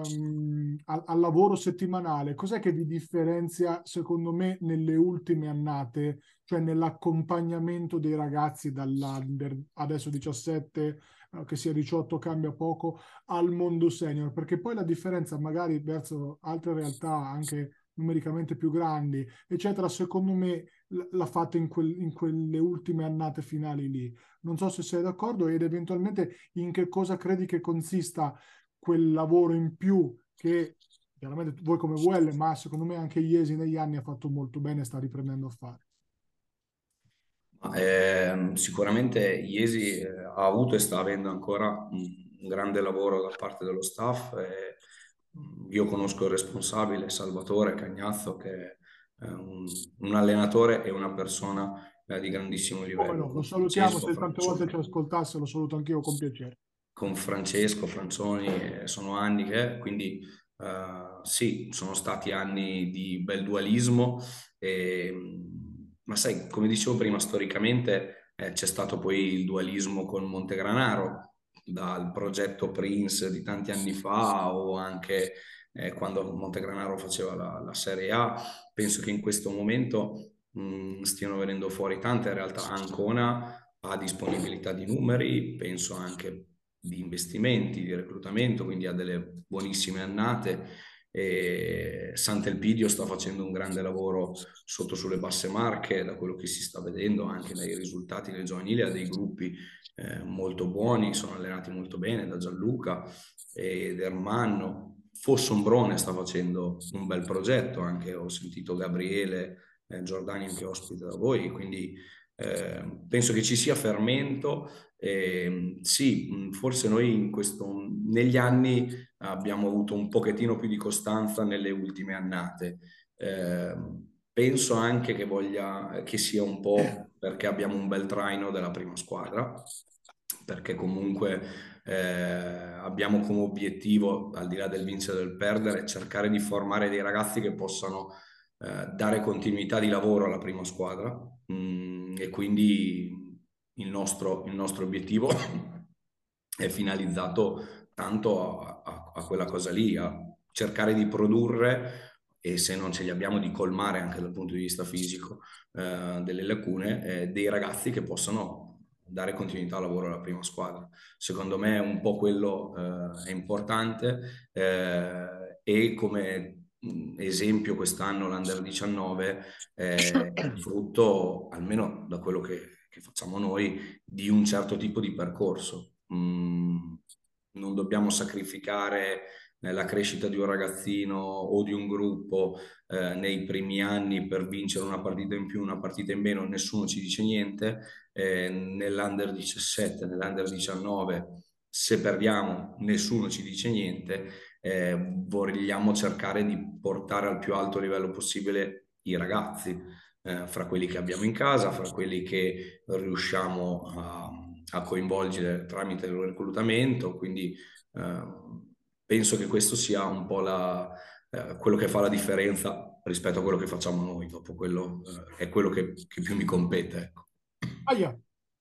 C: al lavoro settimanale, cos'è che vi differenzia, secondo me, nelle ultime annate, cioè nell'accompagnamento dei ragazzi dall'Under adesso 17, che sia 18 cambia poco, al mondo senior? Perché poi la differenza magari verso altre realtà, anche numericamente più grandi, eccetera, secondo me l'ha fatta in quelle ultime annate finali lì. Non so se sei d'accordo ed eventualmente in che cosa credi che consista quel lavoro in più che chiaramente voi come VL, ma secondo me anche Iesi negli anni ha fatto molto bene e sta riprendendo a fare.
D: Sicuramente Iesi ha avuto e sta avendo ancora un grande lavoro da parte dello staff. Io conosco il responsabile Salvatore Cagnazzo, che è un allenatore e una persona di grandissimo
C: Come
D: livello.
C: no, lo
D: Con
C: salutiamo,
D: Francesco
C: se tante volte ci
D: Franzoni,
C: ascoltasse lo saluto anch'io con piacere.
D: con Francesco Franzoni sono anni che, quindi sì, sono stati anni di bel dualismo, ma sai, come dicevo prima, storicamente c'è stato poi il dualismo con Montegranaro, dal progetto Prince di tanti anni fa o anche quando Montegranaro faceva la Serie A. Penso che in questo momento stiano venendo fuori tante realtà. Ancona ha disponibilità di numeri, penso anche di investimenti, di reclutamento, quindi ha delle buonissime annate. E Sant'Elpidio sta facendo un grande lavoro sotto sulle basse Marche, da quello che si sta vedendo anche dai risultati del giovanile, ha dei gruppi molto buoni, sono allenati molto bene da Gianluca ed Ermanno. Fossombrone sta facendo un bel progetto, anche ho sentito Gabriele Giordani che ospita da voi, quindi penso che ci sia fermento. Sì, forse noi negli anni abbiamo avuto un pochettino più di costanza nelle ultime annate. Eh, Penso anche che sia un po' perché abbiamo un bel traino della prima squadra, perché comunque abbiamo come obiettivo, al di là del vincere e del perdere, cercare di formare dei ragazzi che possano dare continuità di lavoro alla prima squadra. E quindi il nostro obiettivo è finalizzato tanto a quella cosa lì, a cercare di produrre e se non ce li abbiamo di colmare anche dal punto di vista fisico delle lacune, dei ragazzi che possano dare continuità al lavoro alla prima squadra. Secondo me un po' quello è importante e come esempio quest'anno l'Under 19 è frutto, almeno da quello che facciamo noi, di un certo tipo di percorso. Non dobbiamo sacrificare la crescita di un ragazzino o di un gruppo nei primi anni per vincere una partita in più, una partita in meno, nessuno ci dice niente. Nell'Under 17, nell'Under 19, se perdiamo, nessuno ci dice niente. Vogliamo cercare di portare al più alto livello possibile i ragazzi, fra quelli che abbiamo in casa, fra quelli che riusciamo a coinvolgere tramite il reclutamento. Quindi eh, penso che questo sia un po' quello che fa la differenza rispetto a quello che facciamo noi. Dopo quello è quello che più mi compete, ecco.
C: Aia,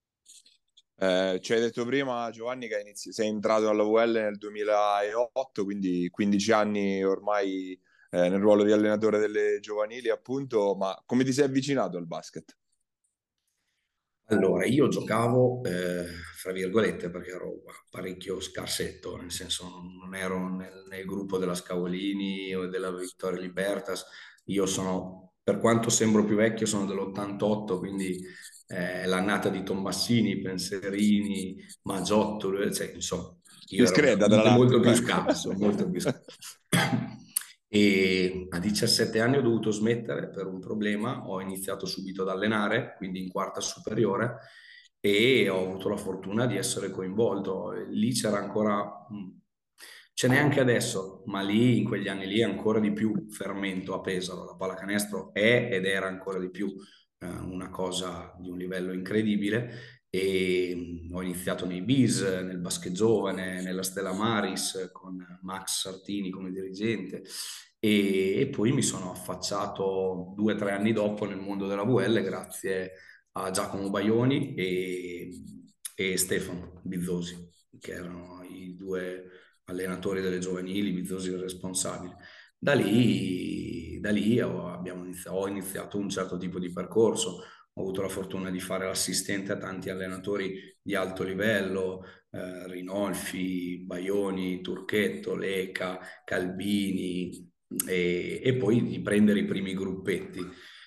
B: Ci hai detto prima, Giovanni, che sei entrato alla VL nel 2008, quindi 15 anni ormai nel ruolo di allenatore delle giovanili, appunto, ma come ti sei avvicinato al basket?
D: Allora, io giocavo, fra virgolette, perché ero parecchio scarsetto, nel senso non ero nel gruppo della Scavolini o della Vittoria Libertas. Io sono, per quanto sembro più vecchio, sono dell'88, quindi l'annata di Tommassini, Penserini, Maggiotto, cioè, insomma, io ero
B: Discreta, tra
D: veramente
B: l'altro.
D: molto più scarso, molto più scarso. E a 17 anni ho dovuto smettere per un problema, ho iniziato subito ad allenare, quindi in quarta superiore, e ho avuto la fortuna di essere coinvolto. Lì c'era ancora, ce n'è anche adesso, ma lì in quegli anni lì ancora di più fermento a Pesaro. La pallacanestro è ed era ancora di più una cosa di un livello incredibile e ho iniziato nei BIS, nel basket giovane, nella Stella Maris con Max Sartini come dirigente e poi mi sono affacciato 2 o 3 anni dopo nel mondo della VL grazie a Giacomo Baioni e Stefano Bizzosi, che erano i due allenatori delle giovanili, Bizzosi il responsabile. Da lì ho iniziato un certo tipo di percorso, ho avuto la fortuna di fare l'assistente a tanti allenatori di alto livello, Rinolfi, Baioni, Turchetto, Leca, Calbini e poi di prendere i primi gruppetti.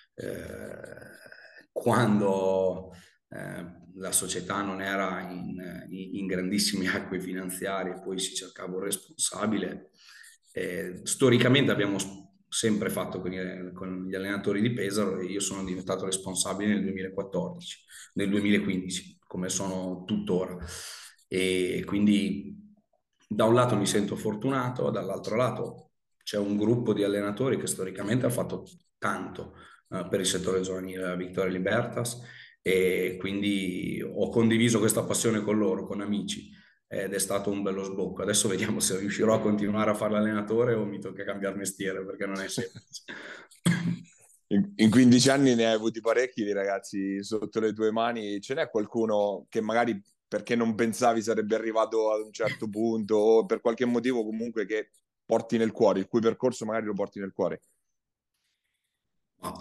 D: Quando la società non era in grandissime acque finanziarie, poi si cercava un responsabile. Storicamente abbiamo sempre fatto con gli allenatori di Pesaro, e io sono diventato responsabile nel 2014, nel 2015, come sono tuttora. E quindi da un lato mi sento fortunato, dall'altro lato c'è un gruppo di allenatori che storicamente ha fatto tanto per il settore giovanile, la Victoria Libertas, e quindi ho condiviso questa passione con loro, con amici, ed è stato un bello sbocco. Adesso vediamo se riuscirò a continuare a fare l'allenatore o mi tocca cambiare mestiere, perché non è semplice.
B: In 15 anni ne hai avuti parecchi di ragazzi sotto le tue mani. Ce n'è qualcuno che magari perché non pensavi sarebbe arrivato ad un certo punto o per qualche motivo comunque che porti nel cuore, il cui percorso magari lo porti nel cuore?
D: Ma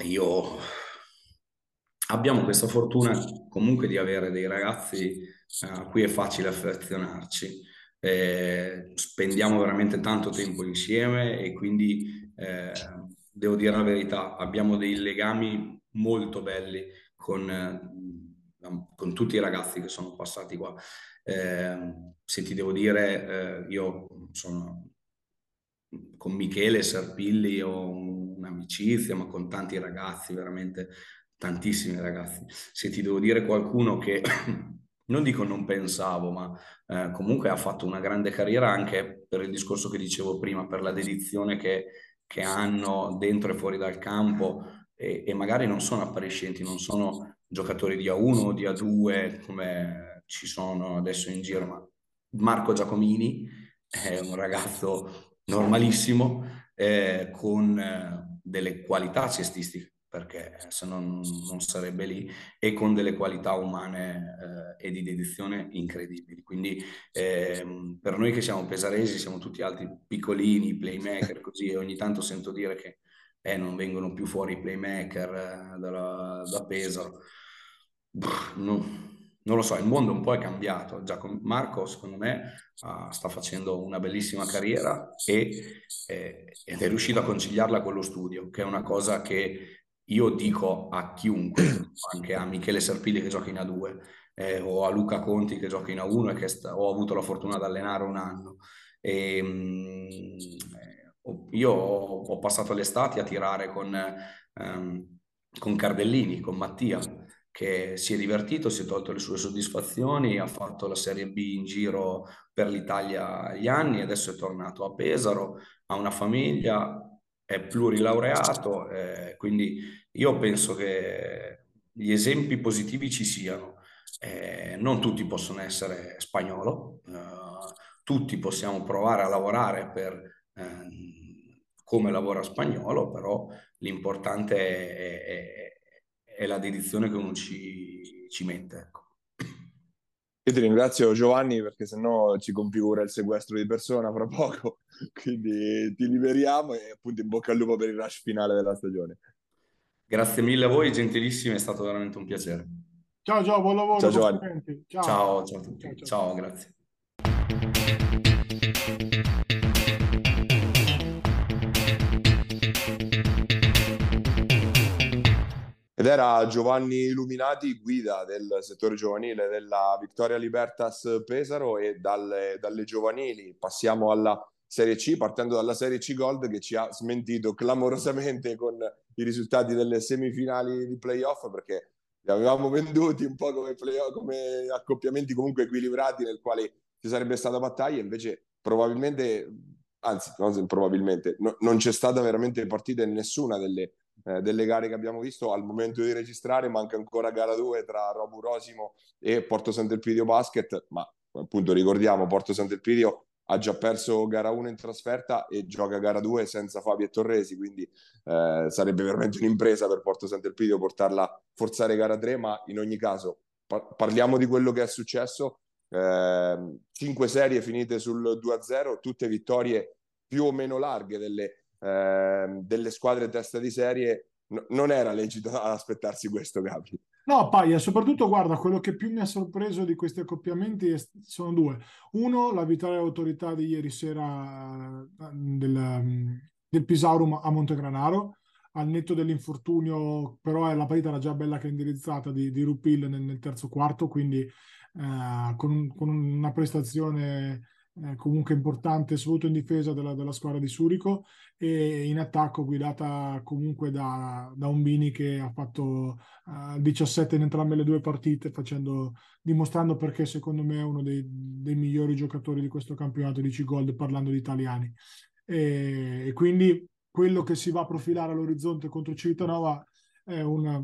D: abbiamo questa fortuna comunque di avere dei ragazzi a cui è facile affezionarci. Spendiamo veramente tanto tempo insieme e quindi devo dire la verità, abbiamo dei legami molto belli con tutti i ragazzi che sono passati qua. Se ti devo dire, io sono con Michele Serpilli ho un'amicizia, ma con tanti ragazzi, veramente tantissimi ragazzi. Se ti devo dire qualcuno che non dico non pensavo, ma comunque ha fatto una grande carriera anche per il discorso che dicevo prima, per la dedizione che hanno dentro e fuori dal campo, e magari non sono appariscenti, non sono giocatori di A1 o di A2 come ci sono adesso in giro, ma Marco Giacomini è un ragazzo normalissimo, con delle qualità cestistiche, perché se no non sarebbe lì, e con delle qualità umane e di dedizione incredibili. Quindi per noi che siamo pesaresi, siamo tutti altri piccolini, playmaker, così, e ogni tanto sento dire che non vengono più fuori i playmaker da Pesaro. Non lo so, il mondo un po' è cambiato. Marco, secondo me, sta facendo una bellissima carriera ed è riuscito a conciliarla con lo studio, che è una cosa che io dico a chiunque, anche a Michele Serpilli che gioca in A2, o a Luca Conti che gioca in A1 e che ho avuto la fortuna di allenare un anno. E, io ho passato l'estate a tirare con Cardellini, con Mattia, che si è divertito, si è tolto le sue soddisfazioni, ha fatto la Serie B in giro per l'Italia agli anni, adesso è tornato a Pesaro, ha una famiglia, è plurilaureato, quindi io penso che gli esempi positivi ci siano. Non tutti possono essere spagnolo, tutti possiamo provare a lavorare come lavora spagnolo, però l'importante è la dedizione che uno ci mette, ecco.
B: Io ti ringrazio Giovanni perché sennò ci configura il sequestro di persona fra poco, quindi ti liberiamo e appunto in bocca al lupo per il rush finale della stagione.
D: Grazie mille a voi, gentilissimi, è stato veramente un piacere.
C: Ciao Gio, buon
B: Ciao
C: lavoro,
B: Giovanni.
C: complimenti. Ciao.
D: Ciao a
C: Ciao,
D: tutti.
C: ciao.
D: Ciao, grazie.
B: Ed era Giovanni Illuminati, guida del settore giovanile della Victoria Libertas Pesaro, e dalle giovanili passiamo alla Serie C, partendo dalla Serie C Gold che ci ha smentito clamorosamente con i risultati delle semifinali di playoff, perché li avevamo venduti un po' come, come accoppiamenti comunque equilibrati nel quale ci sarebbe stata battaglia, invece probabilmente, anzi non probabilmente, non c'è stata veramente partita in nessuna delle gare che abbiamo visto. Al momento di registrare manca ancora gara 2 tra Robu Rosimo e Porto Sant'Elpidio Basket, ma appunto ricordiamo Porto Sant'Elpidio ha già perso gara 1 in trasferta e gioca gara 2 senza Fabio e Torresi, quindi sarebbe veramente un'impresa per Porto Sant'Elpidio portarla a forzare gara 3, ma in ogni caso parliamo di quello che è successo. 5 serie finite sul 2-0, tutte vittorie più o meno larghe delle squadre testa di serie. Non era lecito aspettarsi questo, Gabri.
C: No, Paia, soprattutto guarda, quello che più mi ha sorpreso di questi accoppiamenti sono due. Uno, la vittoria dell'autorità di ieri sera del Pisaurum a Montegranaro, al netto dell'infortunio, però la partita era già bella che indirizzata di Rupil nel terzo quarto, quindi con una prestazione comunque importante, soprattutto in difesa della squadra di Zurigo, e in attacco guidata comunque da Umbini, che ha fatto 17 in entrambe le due partite, dimostrando perché secondo me è uno dei migliori giocatori di questo campionato di C-Gold, parlando di italiani. E quindi quello che si va a profilare all'orizzonte contro Civitanova è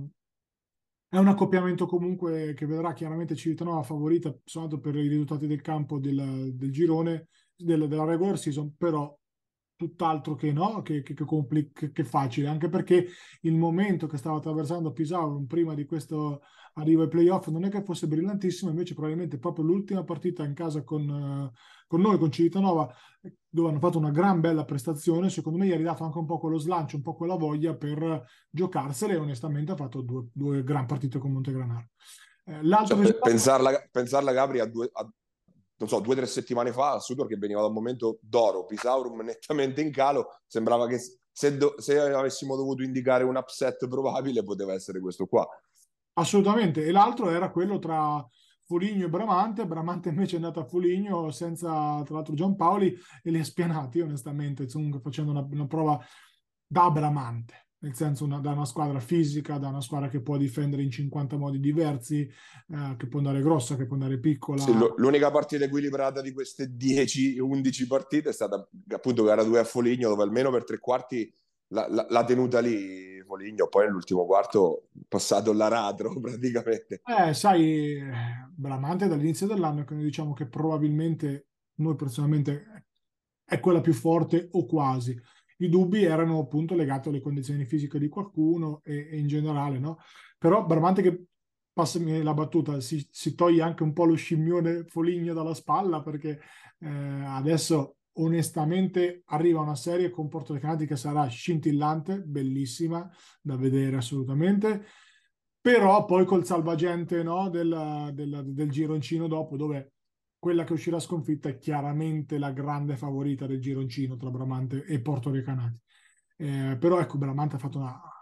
C: un accoppiamento comunque che vedrà chiaramente Civitanova favorita, soltanto per i risultati del campo del girone, della regular season, però tutt'altro che no, che facile, anche perché il momento che stava attraversando Pisaurum prima di questo arrivo ai playoff non è che fosse brillantissimo, invece probabilmente proprio l'ultima partita in casa con noi, con Civitanova, dove hanno fatto una gran bella prestazione, secondo me gli ha ridato anche un po' quello slancio, un po' quella voglia per giocarsele, e onestamente ha fatto due gran partite con Montegranaro. L'altro
B: Cioè,
C: risultato...
B: pensarla Gabri non so, 2 o 3 settimane fa, a Sudor, che veniva da un momento d'oro, Pisaurum nettamente in calo, sembrava che se avessimo dovuto indicare un upset probabile poteva essere questo qua.
C: Assolutamente, e l'altro era quello tra Foligno e Bramante invece è andato a Foligno senza, tra l'altro, Giampaoli, e li ha spianati onestamente, comunque facendo una prova da Bramante, nel senso da una squadra fisica, da una squadra che può difendere in 50 modi diversi, che può andare grossa, che può andare
B: Sì,
C: piccola.
B: l'unica partita equilibrata di queste 10-11 partite è stata appunto gara 2 a Foligno, dove almeno per 3 quarti la tenuta lì Foligno, poi nell'ultimo quarto passato l'aratro praticamente.
C: Sai, Bramante dall'inizio dell'anno che noi diciamo che probabilmente, noi personalmente, è quella più forte o quasi. I dubbi erano appunto legati alle condizioni fisiche di qualcuno e in generale, no? Però Bramante, che, passami la battuta, si toglie anche un po' lo scimmione Foligno dalla spalla, perché adesso onestamente arriva una serie con Porto Recanati che sarà scintillante, bellissima da vedere assolutamente, però poi col salvagente, no, del gironcino dopo, dove quella che uscirà sconfitta è chiaramente la grande favorita del gironcino tra Bramante e Porto Recanati. Però ecco, Bramante ha fatto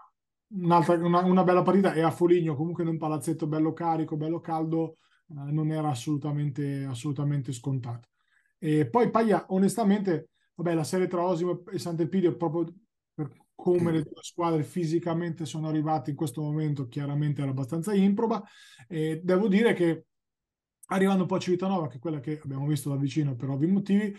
C: una bella partita, e a Foligno comunque in un palazzetto bello carico, bello caldo, non era assolutamente scontato. E poi Paglia, onestamente, vabbè, la serie tra Osimo e Sant'Elpidio, proprio per come le due squadre fisicamente sono arrivate in questo momento, chiaramente era abbastanza improba. E devo dire che, arrivando poi a Civitanova, che è quella che abbiamo visto da vicino per ovvi motivi,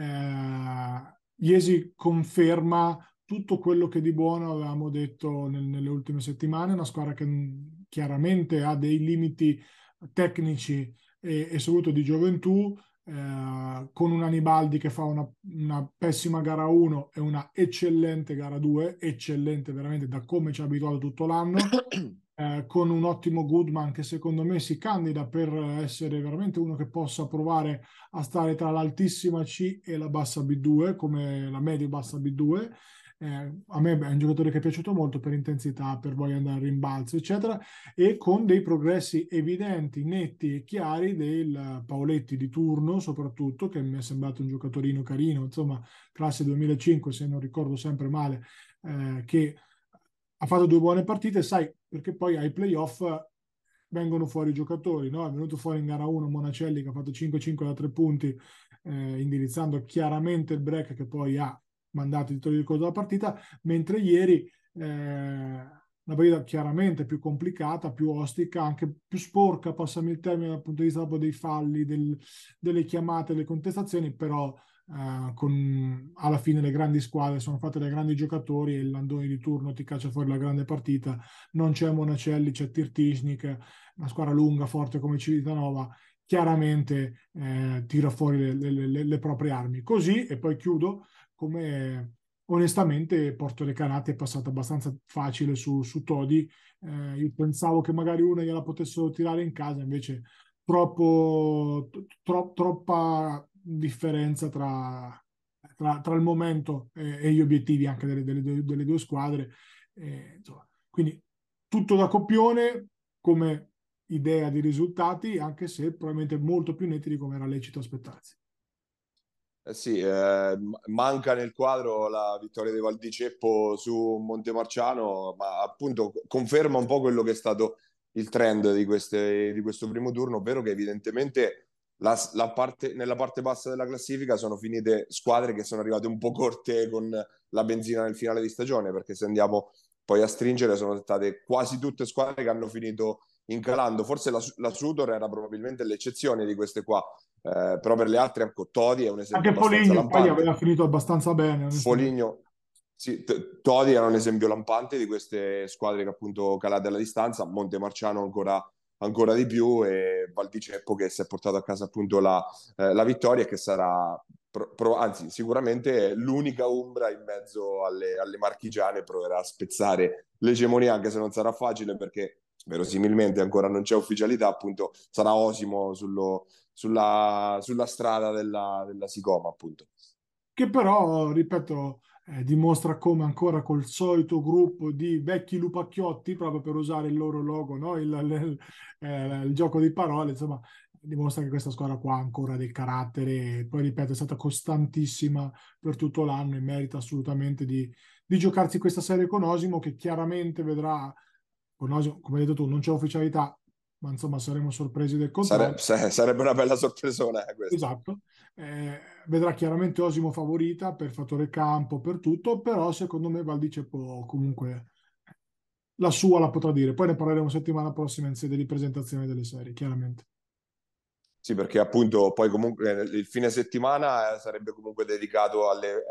C: Iesi conferma tutto quello che di buono avevamo detto nelle ultime settimane, una squadra che chiaramente ha dei limiti tecnici e soprattutto di gioventù, con un Anibaldi che fa una pessima gara 1 e una eccellente gara 2, eccellente veramente da come ci ha abituato tutto l'anno, con un ottimo Goodman che secondo me si candida per essere veramente uno che possa provare a stare tra l'altissima C e la bassa B2, come la medio-bassa B2. A me è un giocatore che è piaciuto molto per intensità, per voglia di andare a rimbalzo, eccetera, e con dei progressi evidenti, netti e chiari del Paoletti di turno, soprattutto, che mi è sembrato un giocatorino carino, insomma, classe 2005, se non ricordo sempre male, che ha fatto 2 buone partite, sai, perché poi ai playoff vengono fuori i giocatori, no? È venuto fuori in gara 1 Monacelli che ha fatto 5-5 da 3 punti, indirizzando chiaramente il break che poi ha mandato i titoli di coda della partita, mentre ieri una partita chiaramente più complicata, più ostica, anche più sporca, passami il termine dal punto di vista dei falli, delle chiamate, delle contestazioni, però alla fine le grandi squadre sono fatte dai grandi giocatori, e il Landoni di turno ti caccia fuori la grande partita. Non c'è Monacelli, c'è Tirtisnik, una squadra lunga, forte come Civitanova, chiaramente tira fuori le proprie armi. Così, e poi chiudo, come onestamente Porto Recanati è passato abbastanza facile su Todi. Io pensavo che magari una gliela potessero tirare in casa, invece troppa differenza tra il momento e gli obiettivi anche delle due squadre. Insomma, quindi tutto da coppione come idea di risultati, anche se probabilmente molto più netti di come era lecito aspettarsi.
B: Sì, manca nel quadro la vittoria di Valdiceppo su Montemarciano, ma appunto conferma un po' quello che è stato il trend di questo primo turno, ovvero che evidentemente nella parte bassa della classifica sono finite squadre che sono arrivate un po' corte con la benzina nel finale di stagione, perché se andiamo poi a stringere sono state quasi tutte squadre che hanno finito incalando. Forse la Sudor era probabilmente l'eccezione di queste qua, però per le altre, ecco, Todi è un esempio
C: Anche
B: abbastanza
C: Foligno poi
B: lampante.
C: aveva finito abbastanza bene, onestamente.
B: Foligno, sì, Todi era un esempio lampante di queste squadre che appunto calate alla distanza, Montemarciano ancora di più, e Valdiceppo che si è portato a casa appunto la vittoria, e che sarà anzi sicuramente l'unica ombra in mezzo alle marchigiane. Proverà a spezzare l'egemonia, anche se non sarà facile, perché verosimilmente ancora non c'è ufficialità, appunto sarà Osimo sulla strada della Sicoma, appunto.
C: Che però, ripeto, dimostra come ancora col solito gruppo di vecchi lupacchiotti, proprio per usare il loro logo, no? Il gioco di parole, insomma, dimostra che questa squadra qua ha ancora del carattere. E poi, ripeto, è stata costantissima per tutto l'anno e merita assolutamente di giocarsi questa serie con Osimo, che chiaramente vedrà, con Osimo, come hai detto tu, non c'è ufficialità, ma insomma saremo sorpresi del contrario.
B: Sarebbe una bella sorpresona, questa.
C: Esatto. Vedrà chiaramente Osimo favorita per fattore campo, per tutto, però secondo me Valdiceppo comunque la sua la potrà dire. Poi ne parleremo settimana prossima in sede di presentazione delle serie, chiaramente.
B: Sì, perché appunto poi comunque il fine settimana sarebbe comunque dedicato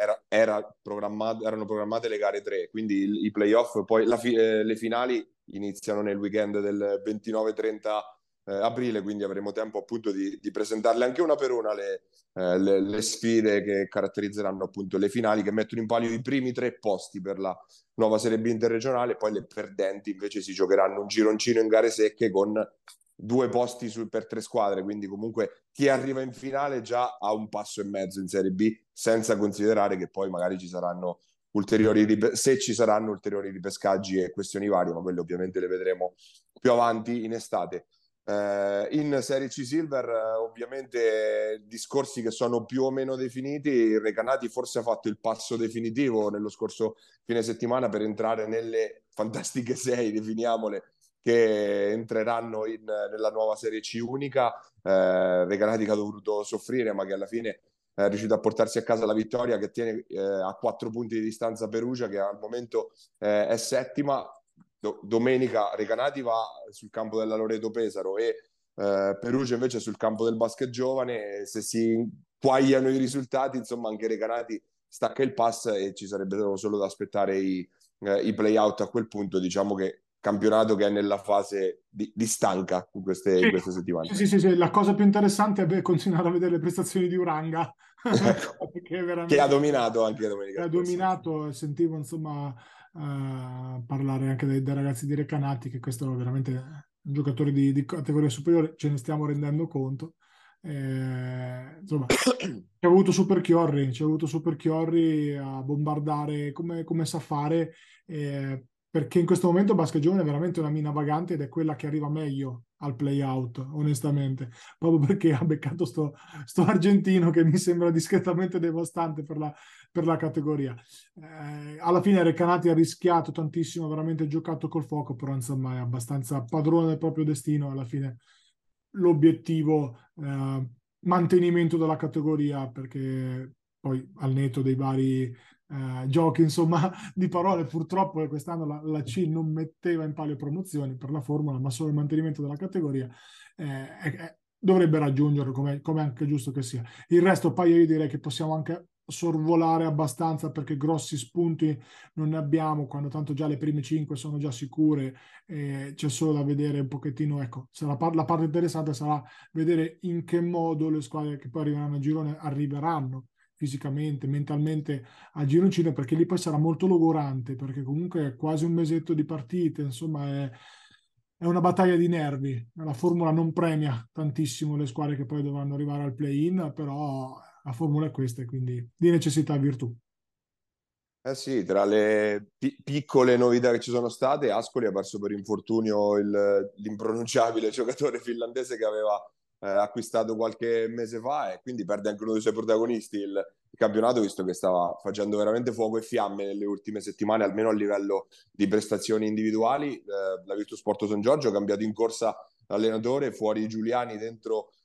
B: erano programmate le gare 3, quindi i playoff, poi le finali iniziano nel weekend del 29-30 aprile, quindi avremo tempo appunto di presentarle anche una per una le sfide che caratterizzeranno appunto le finali, che mettono in palio i primi 3 posti per la nuova Serie B interregionale. Poi le perdenti invece si giocheranno un gironcino in gare secche con 2 posti per 3 squadre, quindi comunque chi arriva in finale già ha un passo e mezzo in Serie B, senza considerare che poi magari ci saranno se ci saranno ulteriori ripescaggi e questioni varie, ma quelle ovviamente le vedremo più avanti in estate. In Serie C Silver ovviamente discorsi che sono più o meno definiti. Il Recanati forse ha fatto il passo definitivo nello scorso fine settimana per entrare nelle fantastiche 6, definiamole, che entreranno nella nuova Serie C unica. Recanati che ha dovuto soffrire, ma che alla fine è riuscito a portarsi a casa la vittoria, che tiene a 4 punti di distanza Perugia, che al momento è settima. Domenica Recanati va sul campo della Loreto Pesaro e Perugia invece sul campo del basket giovane. Se si quagliano i risultati, insomma, anche Recanati stacca il pass e ci sarebbe solo da aspettare i play-out a quel punto. Diciamo che campionato che è nella fase di stanca in
C: Sì,
B: queste settimane.
C: sì. La cosa più interessante è continuare a vedere le prestazioni di Uranga,
B: Ecco,
C: perché
B: che ha
C: veramente
B: dominato anche domenica
C: ha
B: scorsa.
C: dominato. Sentivo insomma parlare anche dei ragazzi di Recanati, che questo è veramente un giocatore di categoria superiore, ce ne stiamo rendendo conto. Insomma, ci ha avuto Super Chiorri a bombardare come sa fare, perché in questo momento Basket Giovane è veramente una mina vagante ed è quella che arriva meglio al play-out, onestamente, proprio perché ha beccato sto argentino che mi sembra discretamente devastante per la categoria. Alla fine Recanati ha rischiato tantissimo, veramente giocato col fuoco, però insomma è abbastanza padrone del proprio destino. Alla fine l'obiettivo mantenimento della categoria, perché poi al netto dei vari giochi insomma di parole, purtroppo quest'anno la C non metteva in palio promozioni per la formula, ma solo il mantenimento della categoria dovrebbe raggiungere, come anche giusto che sia. Il resto poi io direi che possiamo anche sorvolare abbastanza, perché grossi spunti non ne abbiamo, quando tanto già le prime 5 sono già sicure. C'è solo da vedere un pochettino, ecco, la parte interessante sarà vedere in che modo le squadre che poi arriveranno a girone arriveranno fisicamente, mentalmente a gironcino, perché lì poi sarà molto logorante, perché comunque è quasi un mesetto di partite, insomma è una battaglia di nervi. La formula non premia tantissimo le squadre che poi dovranno arrivare al play-in, però la formula è questa, quindi di necessità virtù.
B: Eh sì, tra le piccole novità che ci sono state, Ascoli ha perso per infortunio l'impronunciabile giocatore finlandese che aveva acquistato qualche mese fa, e quindi perde anche uno dei suoi protagonisti il campionato, visto che stava facendo veramente fuoco e fiamme nelle ultime settimane, almeno a livello di prestazioni individuali. La Virtus Porto San Giorgio ha cambiato in corsa allenatore, fuori Giuliani, dentro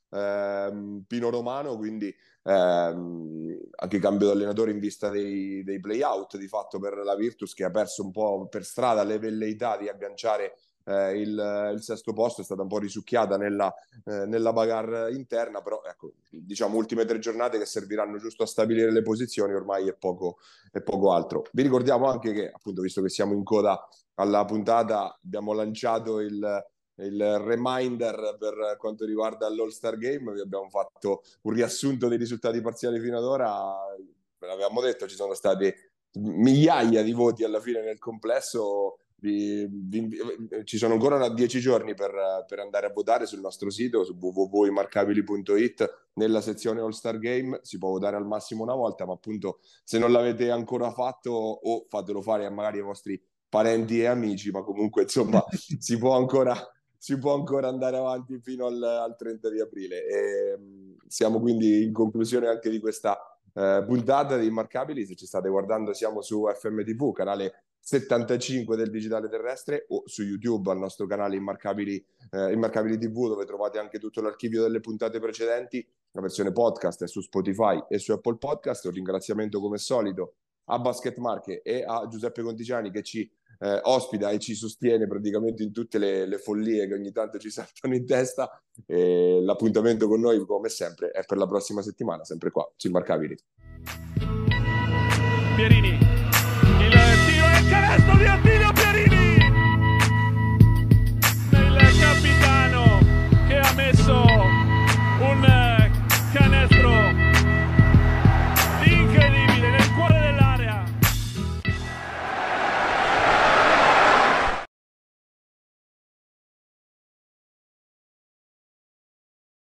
B: Pino Romano, quindi anche cambio di allenatore in vista dei play-out di fatto per la Virtus, che ha perso un po' per strada le velleità di agganciare il sesto posto, è stata un po' risucchiata nella bagarre interna, però ecco, diciamo ultime 3 giornate che serviranno giusto a stabilire le posizioni, ormai è poco altro. Vi ricordiamo anche che, appunto, visto che siamo in coda alla puntata, abbiamo lanciato il reminder per quanto riguarda l'All-Star Game. Vi abbiamo fatto un riassunto dei risultati parziali fino ad ora. Ve l'avevamo detto, ci sono state migliaia di voti alla fine nel complesso. Ci sono ancora 10 giorni per andare a votare sul nostro sito, su www.immarcabili.it, nella sezione All-Star Game. Si può votare al massimo una volta, ma appunto se non l'avete ancora fatto, o fatelo fare magari ai vostri parenti e amici, ma comunque insomma si può ancora andare avanti fino al 30 di aprile. Siamo quindi in conclusione anche di questa puntata di Immarcabili. Se ci state guardando, siamo su FMTV, canale 75 del digitale terrestre, o su YouTube al nostro canale Immarcabili TV, dove trovate anche tutto l'archivio delle puntate precedenti. La versione podcast è su Spotify e su Apple Podcast. Un ringraziamento come solito a Basket Marche e a Giuseppe Contigiani, che ci ospita e ci sostiene praticamente in tutte le follie che ogni tanto ci saltano in testa. L'appuntamento con noi, come sempre, è per la prossima settimana, sempre qua su Immarcabili.
A: Pierini, il tiro e il canestro di